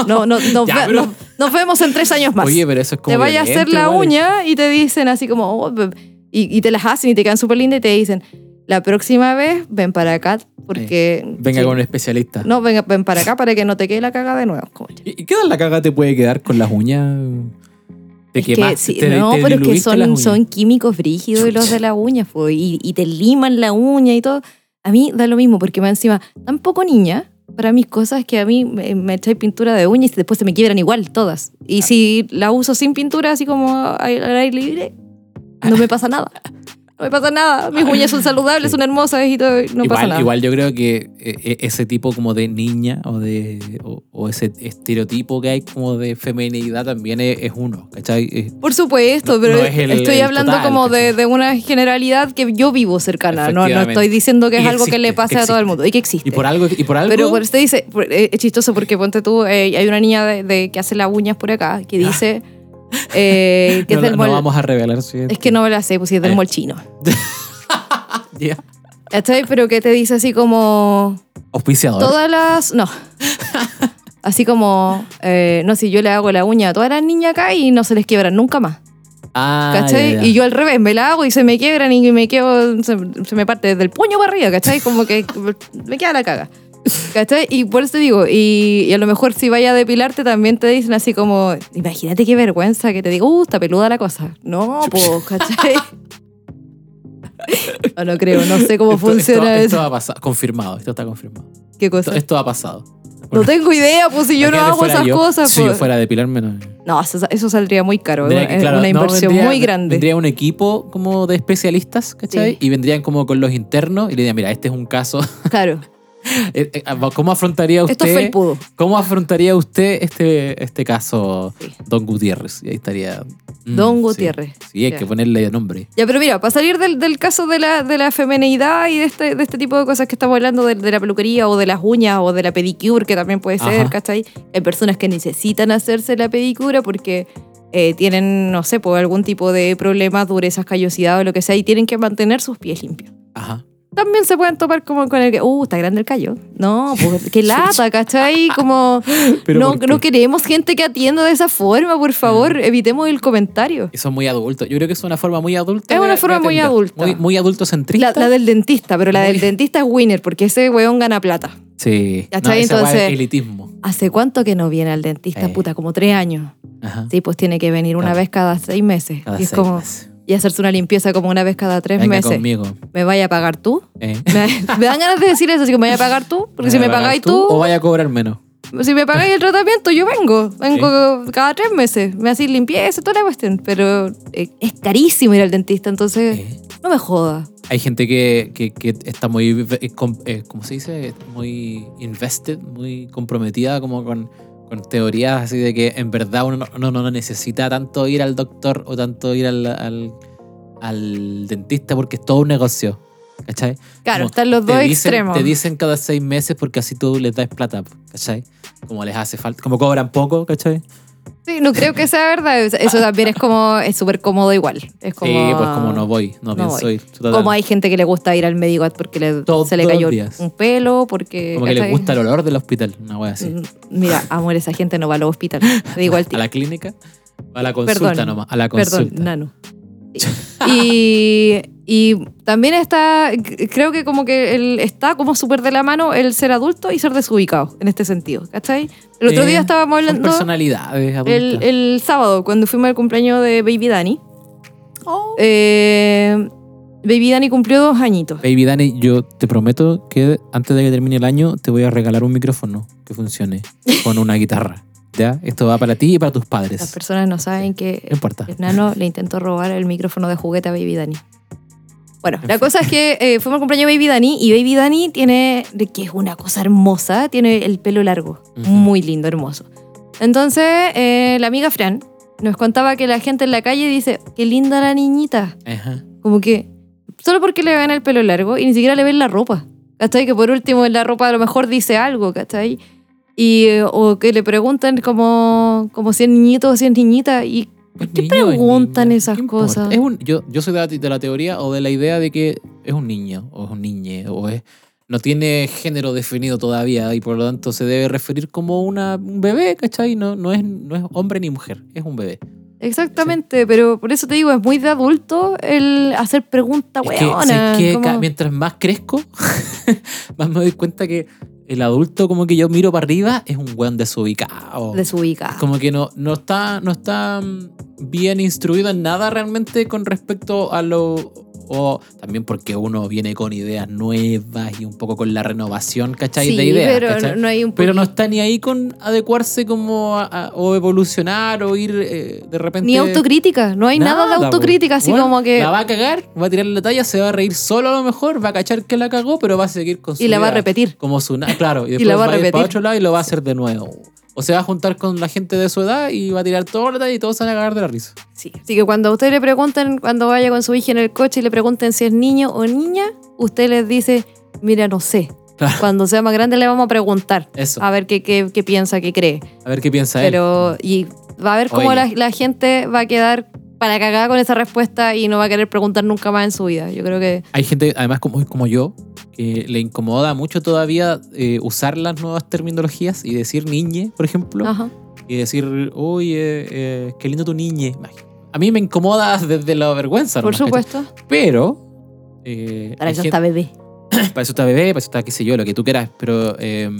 Nos vemos en 3 años más. Oye, pero eso es como... Te vayas a hacer la uña y te dicen así como... y te las hacen y te quedan súper lindas y te dicen... La próxima vez, ven para acá, porque... Venga con un especialista. No, ven para acá para que no te quede la caga de nuevo. ¿Y qué tal la caga te puede quedar con las uñas? Pero es que son químicos brígidos los de las uñas, y te liman la uña y todo. A mí da lo mismo, porque más encima, tan poco niña para mis cosas que a mí me echáis pintura de uñas y después se me quiebran igual todas. Y si la uso sin pintura, así como al aire libre, no me pasa nada. No me pasa nada, mis uñas son saludables, son hermosas y todo, pasa nada. Igual yo creo que ese tipo como de niña o ese estereotipo que hay como de feminidad también es uno, ¿cachai? Por supuesto, pero estoy hablando total, como de una generalidad que yo vivo cercana, no estoy diciendo que es algo que le pase a todo el mundo y que existe. Y por algo. Pero por usted dice, es chistoso porque ponte tú, hay una niña que hace las uñas por acá que dice... que es del mall. No vamos a revelar si es que no me la sé, pues si es del mall chino. Yeah. ¿Cachai? Pero que te dice así como... Auspiciador. Todas las... No. Así como... no, si yo le hago la uña a todas las niñas acá y no se les quiebran nunca más. ¿Cachai? Ya. Y yo al revés, me la hago y se me quiebran y me quedo... Se me parte desde el puño para arriba, ¿cachai? Como que me queda la caga. ¿Cachai? Y por eso te digo, y a lo mejor si vaya a depilarte también te dicen así como, imagínate qué vergüenza que te digo, está peluda la cosa. No, pues, ¿cachai? No creo, no sé cómo funciona esto eso. ha pasado, confirmado, esto está confirmado. ¿Qué cosa? Esto ha pasado. No tengo idea, pues si yo no hago esas cosas. Si yo fuera a depilarme, no. No, eso saldría muy caro. Claro, una inversión muy grande. Vendría un equipo como de especialistas, ¿cachai? Sí. Y vendrían como con los internos y le dirían, mira, este es un caso. Claro. ¿Cómo afrontaría usted? Esto es felpudo. ¿Cómo afrontaría usted este caso, Sí. Don Gutiérrez? Y ahí estaría. Don Gutiérrez. Sí, hay Ya. que ponerle nombre. Ya, pero mira, para salir del caso de la femineidad y de este tipo de cosas que estamos hablando, de la peluquería o de las uñas o de la pedicure, que también puede ser, Ajá. ¿cachai? Hay personas que necesitan hacerse la pedicura porque tienen, no sé, pues algún tipo de problemas, durezas, callosidad o lo que sea, y tienen que mantener sus pies limpios. Ajá. También se pueden topar como con el que, está grande el callo. No, pues qué lata, ¿cachai? Como, ¿Pero no, por qué? no queremos gente que atienda de esa forma, por favor, evitemos el comentario. Y son muy adultos. Yo creo que es una forma muy adulta. Es una de forma muy atender. adulta. Muy adultocentrista. La del dentista, pero la Muy- del dentista es winner, porque ese weón gana plata. Sí. ¿Cachai? Esa weá es Entonces- elitismo. ¿Hace cuánto que no viene al dentista? Puta, como 3 años. Ajá. Sí, pues tiene que venir una Claro. vez cada 6 meses. Cada y es 6 como, meses. y hacerse una limpieza como una vez cada 3 Venga meses. conmigo. ¿Me vaya a pagar tú? ¿Eh? Me dan ganas de decir eso, así que me vaya a pagar tú, porque si me ¿Vas a pagáis pagar tú, o vaya a cobrar menos. si me pagáis el tratamiento, yo vengo. Vengo cada 3 meses. Me hacéis limpieza, toda la cuestión. Pero es carísimo ir al dentista, entonces no me joda. Hay gente que está muy, ¿cómo se dice? Muy invested, muy comprometida como con teorías así de que en verdad uno no necesita tanto ir al doctor o tanto ir al dentista porque es todo un negocio. ¿Cachai? Claro, Como están los dos extremos. Te dicen cada 6 meses porque así tú les das plata, ¿cachai? Como les hace falta, como cobran poco, ¿cachai? Sí, no creo que sea verdad. Eso también es súper cómodo igual. Es como, Sí, pues como no pienso voy. ir. Total. Como hay gente que le gusta ir al médico porque Todos se le los cayó días. un pelo, porque... Como que les ¿cachai? gusta el olor del hospital, una wea así. Mira, amor, esa gente no va al hospital. Te digo al A tío. la clínica, a la consulta Perdón, nomás, a la consulta. Perdón, nano. Y también está, creo que como que está como súper de la mano el ser adulto y ser desubicado en este sentido, ¿cachai? El otro día estábamos Son hablando personalidades adultas. el sábado cuando fuimos al cumpleaños de Baby Dani. Baby Dani cumplió 2 añitos. Baby Dani, yo te prometo que antes de que termine el año te voy a regalar un micrófono que funcione con una guitarra. ¿Ya? Esto va para ti y para tus Las padres. personas no saben que No importa. el nano le intentó robar el micrófono de juguete a Baby Dani. Bueno, la cosa es que fuimos al cumpleaños de Baby Dani y Baby Dani tiene, que es una cosa hermosa, tiene el pelo largo, Ujú. muy lindo, hermoso. Entonces, la amiga Fran nos contaba que la gente en la calle dice, qué linda la niñita. Ajá. Como que, solo porque le ven el pelo largo y ni siquiera le ven la ropa. ¿Cachai? Que por último en la ropa a lo mejor dice algo, ¿cachai? Y, o que le preguntan como si es niñito o si es niñita. ¿Y por qué Niño o es preguntan niña? esas ¿Qué importa? cosas? Yo soy de la teoría o de la idea de que es un niño o es un niñe o no tiene género definido todavía y por lo tanto se debe referir como un bebé, ¿cachai? No es hombre ni mujer, es un bebé. Exactamente, pero por eso te digo, es muy de adulto el hacer preguntas Es que, weonas. ¿sabes qué? como- Mientras más crezco, más me doy cuenta que el adulto como que yo miro para arriba es un weón desubicado. Desubicado. Como que no está bien instruido en nada realmente con respecto a lo... O también porque uno viene con ideas nuevas y un poco con la renovación, ¿cachai? Sí, de ideas, pero ¿cachai? no hay un Pero no poquito- está ni ahí con adecuarse como o evolucionar o ir de repente... Ni autocrítica, no hay nada de po. autocrítica, así Bueno, como que... la va a cagar, va a tirar la talla, se va a reír solo a lo mejor, va a cachar que la cagó, pero va a seguir con su Y la va a vida repetir. como claro, y después la va a ir para repetir. otro lado y lo va a hacer de nuevo. O se va a juntar con la gente de su edad y va a tirar toda la talla y todos se van a cagar de la risa. Sí. Así que cuando a usted le pregunten, cuando vaya con su hija en el coche y le pregunten si es niño o niña, usted les dice, mira, no sé. Claro. Cuando sea más grande le vamos a preguntar. Eso. A ver qué piensa, qué cree. A ver qué piensa él. Pero, y va a ver cómo Oye. la gente va a quedar para cagar con esa respuesta y no va a querer preguntar nunca más en su vida. Yo creo que... Hay gente, además como yo, que le incomoda mucho todavía usar las nuevas terminologías y decir niñe, por ejemplo. Ajá. Y decir, oye, qué lindo tu niñe. A mí me incomoda desde la vergüenza. Por nomás, ¿cachai? supuesto. Pero... Para hay eso gente- está bebé. para eso está bebé, para eso está qué sé yo, lo que tú quieras, pero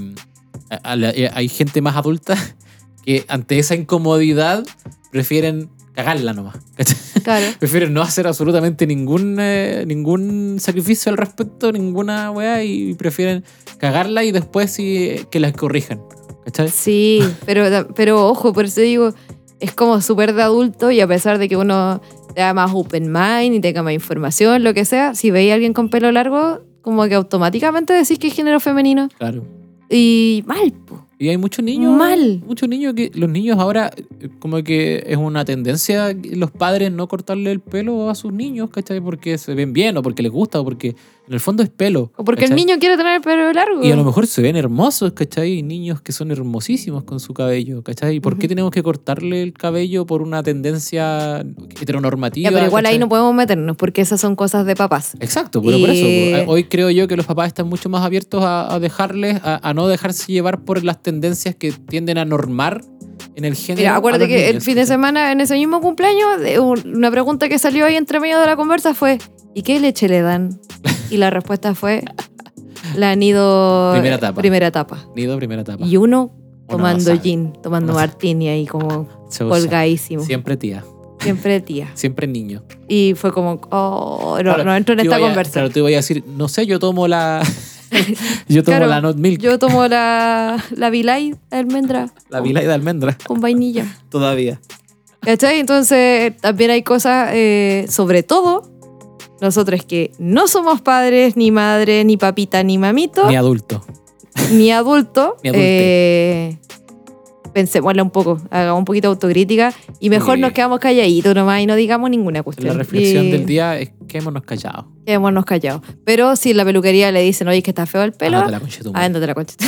hay gente más adulta que ante esa incomodidad prefieren cagarla nomás. ¿Cachai? Claro. Prefieren no hacer absolutamente ningún sacrificio al respecto, ninguna weá, y prefieren cagarla y después sí que las corrijan. ¿Cachai? Sí, pero ojo, por eso digo, es como súper de adulto y a pesar de que uno tenga más open mind y tenga más información, lo que sea, si veis a alguien con pelo largo, como que automáticamente decís que es género femenino. Claro. Y mal, po. Y hay muchos niños. Mal. Muchos niños que. Los niños ahora, como que es una tendencia los padres no cortarle el pelo a sus niños, ¿cachai? Porque se ven bien o porque les gusta o porque en el fondo es pelo. O porque ¿cachai? el niño quiere tener el pelo largo. Y a lo mejor se ven hermosos, ¿cachai? Niños que son hermosísimos con su cabello, ¿cachai? ¿Y por qué tenemos que cortarle el cabello por una tendencia heteronormativa? Ya, pero igual ¿cachai? ahí no podemos meternos porque esas son cosas de papás. Exacto, pero por eso. Hoy creo yo que los papás están mucho más abiertos a dejarles, a no dejarse llevar por las tendencias que tienden a normar en el género. Mira, acuérdate que niños, el fin de semana, en ese mismo cumpleaños, una pregunta que salió ahí entre medio de la conversa fue: ¿y qué leche le dan? Y la respuesta fue: la nido primera etapa. Nido primera etapa. Y uno Uno tomando no sabe. gin, tomando Uno sabe. martini ahí como Se usa. colgadísimo. Siempre tía, Siempre tía. siempre niño. Y fue como, oh, no, Claro, no entro en te esta iba a- conversa. Claro, te voy a decir, no sé, yo tomo la... yo tomo Claro, la Not Milk. Yo tomo la Vilay de almendra La Vila de almendra. con vainilla. Todavía. ¿Cachai? Entonces también hay cosas, sobre todo, nosotros que no somos padres, ni madres, ni papita, ni mamito, Ni adulto. ni adulto, Ni adulte. pensémosla un poco, hagamos un poquito de autocrítica y mejor Sí. nos quedamos calladitos nomás y no digamos ninguna cuestión. La reflexión Y del día es quedémonos callados. quedémonos callados. Pero si en la peluquería le dicen, oye, que está feo el pelo, Ándate la conchetumare. ándate la concha.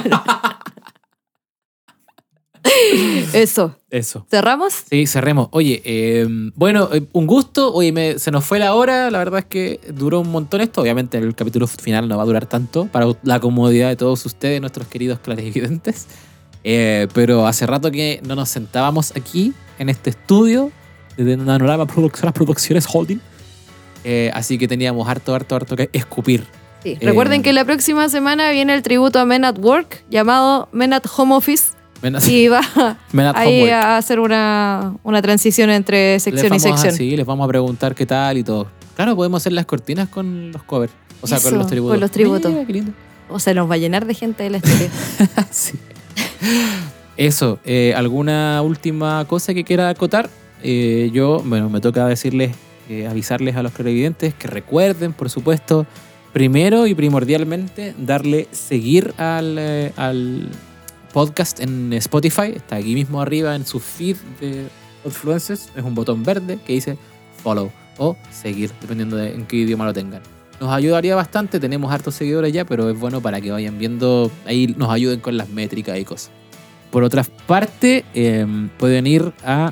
Eso. Eso. ¿Cerramos? Sí, cerremos. Oye, bueno, un gusto. Oye, se nos fue la hora. La verdad es que duró un montón esto. Obviamente el capítulo final no va a durar tanto para la comodidad de todos ustedes, nuestros queridos clarividentes. Pero hace rato que no nos sentábamos aquí en este estudio de Nanorama Producciones Holding. Así que teníamos harto que escupir. Sí. Recuerden que la próxima semana viene el tributo a Men at Work llamado Men at Home Office. Y va ahí a hacer una transición entre sección y sección. Sí, les vamos a preguntar qué tal y todo. Claro, podemos hacer las cortinas con los covers. O sea, Eso, con los tributos. con los tributos. Mira, qué lindo. O sea, nos va a llenar de gente de la estéreo. Sí. Eso, ¿alguna última cosa que quiera acotar? Me toca decirles, avisarles a los clarividentes que recuerden, por supuesto, primero y primordialmente, darle seguir al podcast en Spotify. Está aquí mismo arriba en su feed de Influencers. Es un botón verde que dice follow o seguir, dependiendo de en qué idioma lo tengan. Nos ayudaría bastante, tenemos hartos seguidores ya, pero es bueno para que vayan viendo, ahí nos ayuden con las métricas y cosas. Por otra parte, pueden ir a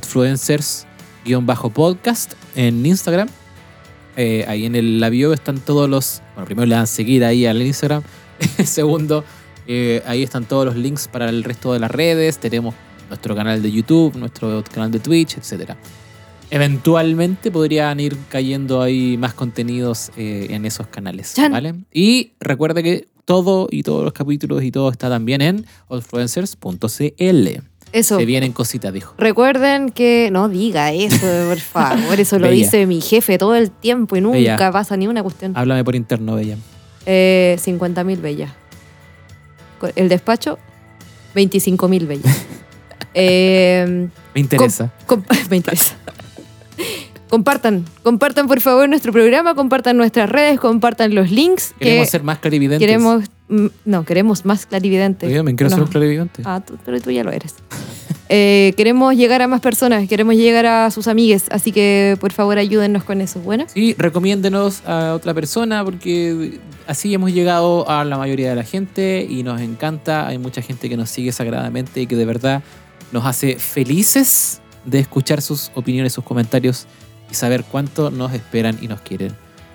Influencers_podcast en Instagram. Ahí en la bio están todos los... Bueno, primero le dan seguir ahí al Instagram. Segundo, ahí están todos los links para el resto de las redes. Tenemos nuestro canal de YouTube, nuestro canal de Twitch, etc. Eventualmente podrían ir cayendo ahí más contenidos en esos canales, ¿vale? Y recuerde que todos los capítulos y todo está también en influencers.cl. Eso. Se vienen cositas, dijo. Recuerden que... No diga eso, por favor. Eso lo dice mi jefe todo el tiempo y nunca pasa ni una cuestión. Háblame por interno, Bella. 50.000 bellas. El despacho, 25.000 bellas. Me interesa. Me interesa. Compartan por favor nuestro programa, compartan nuestras redes, compartan los links. Queremos ser más clarividentes. Queremos más clarividentes. Yo también quiero ser un clarividente. Pero tú ya lo eres. Queremos llegar a más personas, queremos llegar a sus amigues, así que por favor ayúdennos con eso. ¿Bueno? Sí, recomiéndenos a otra persona porque así hemos llegado a la mayoría de la gente y nos encanta. Hay mucha gente que nos sigue sagradamente y que de verdad nos hace felices de escuchar sus opiniones, sus comentarios y saber cuánto nos esperan y nos quieren.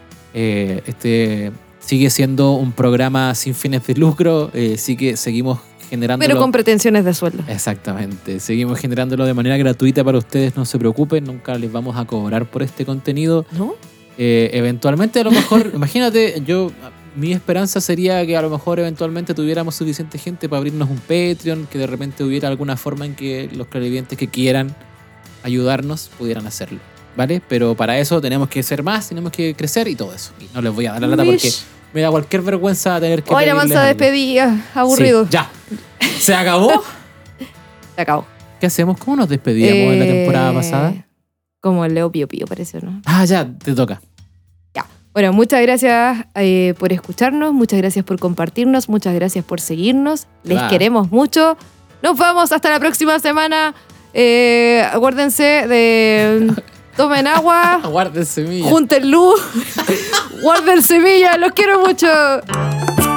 Este sigue siendo un programa sin fines de lucro, sí que seguimos generándolo. Pero con pretensiones de sueldo. Exactamente, seguimos generándolo de manera gratuita para ustedes, no se preocupen, nunca les vamos a cobrar por este contenido. ¿No? Eventualmente a lo mejor, imagínate, mi esperanza sería que a lo mejor eventualmente tuviéramos suficiente gente para abrirnos un Patreon, que de repente hubiera alguna forma en que los clarividentes que quieran ayudarnos pudieran hacerlo. ¿vale? Pero para eso tenemos que ser más, tenemos que crecer y todo eso. Y no les voy a dar la lata porque me da cualquier vergüenza tener que... Hoy la mansa despedida, aburrido. Sí, ya. ¿Se acabó? Se acabó. ¿Qué hacemos? ¿Cómo nos despedíamos en la temporada pasada? Como el Leo Pío Pío, parece, ¿no? Ah, ya, te toca. Ya. Bueno, muchas gracias por escucharnos, muchas gracias por compartirnos, muchas gracias por seguirnos. Les queremos mucho. Nos vemos hasta la próxima semana. Acuérdense de... Tomen agua. Guarden semillas. Junten luz. Guarden semillas. Los quiero mucho.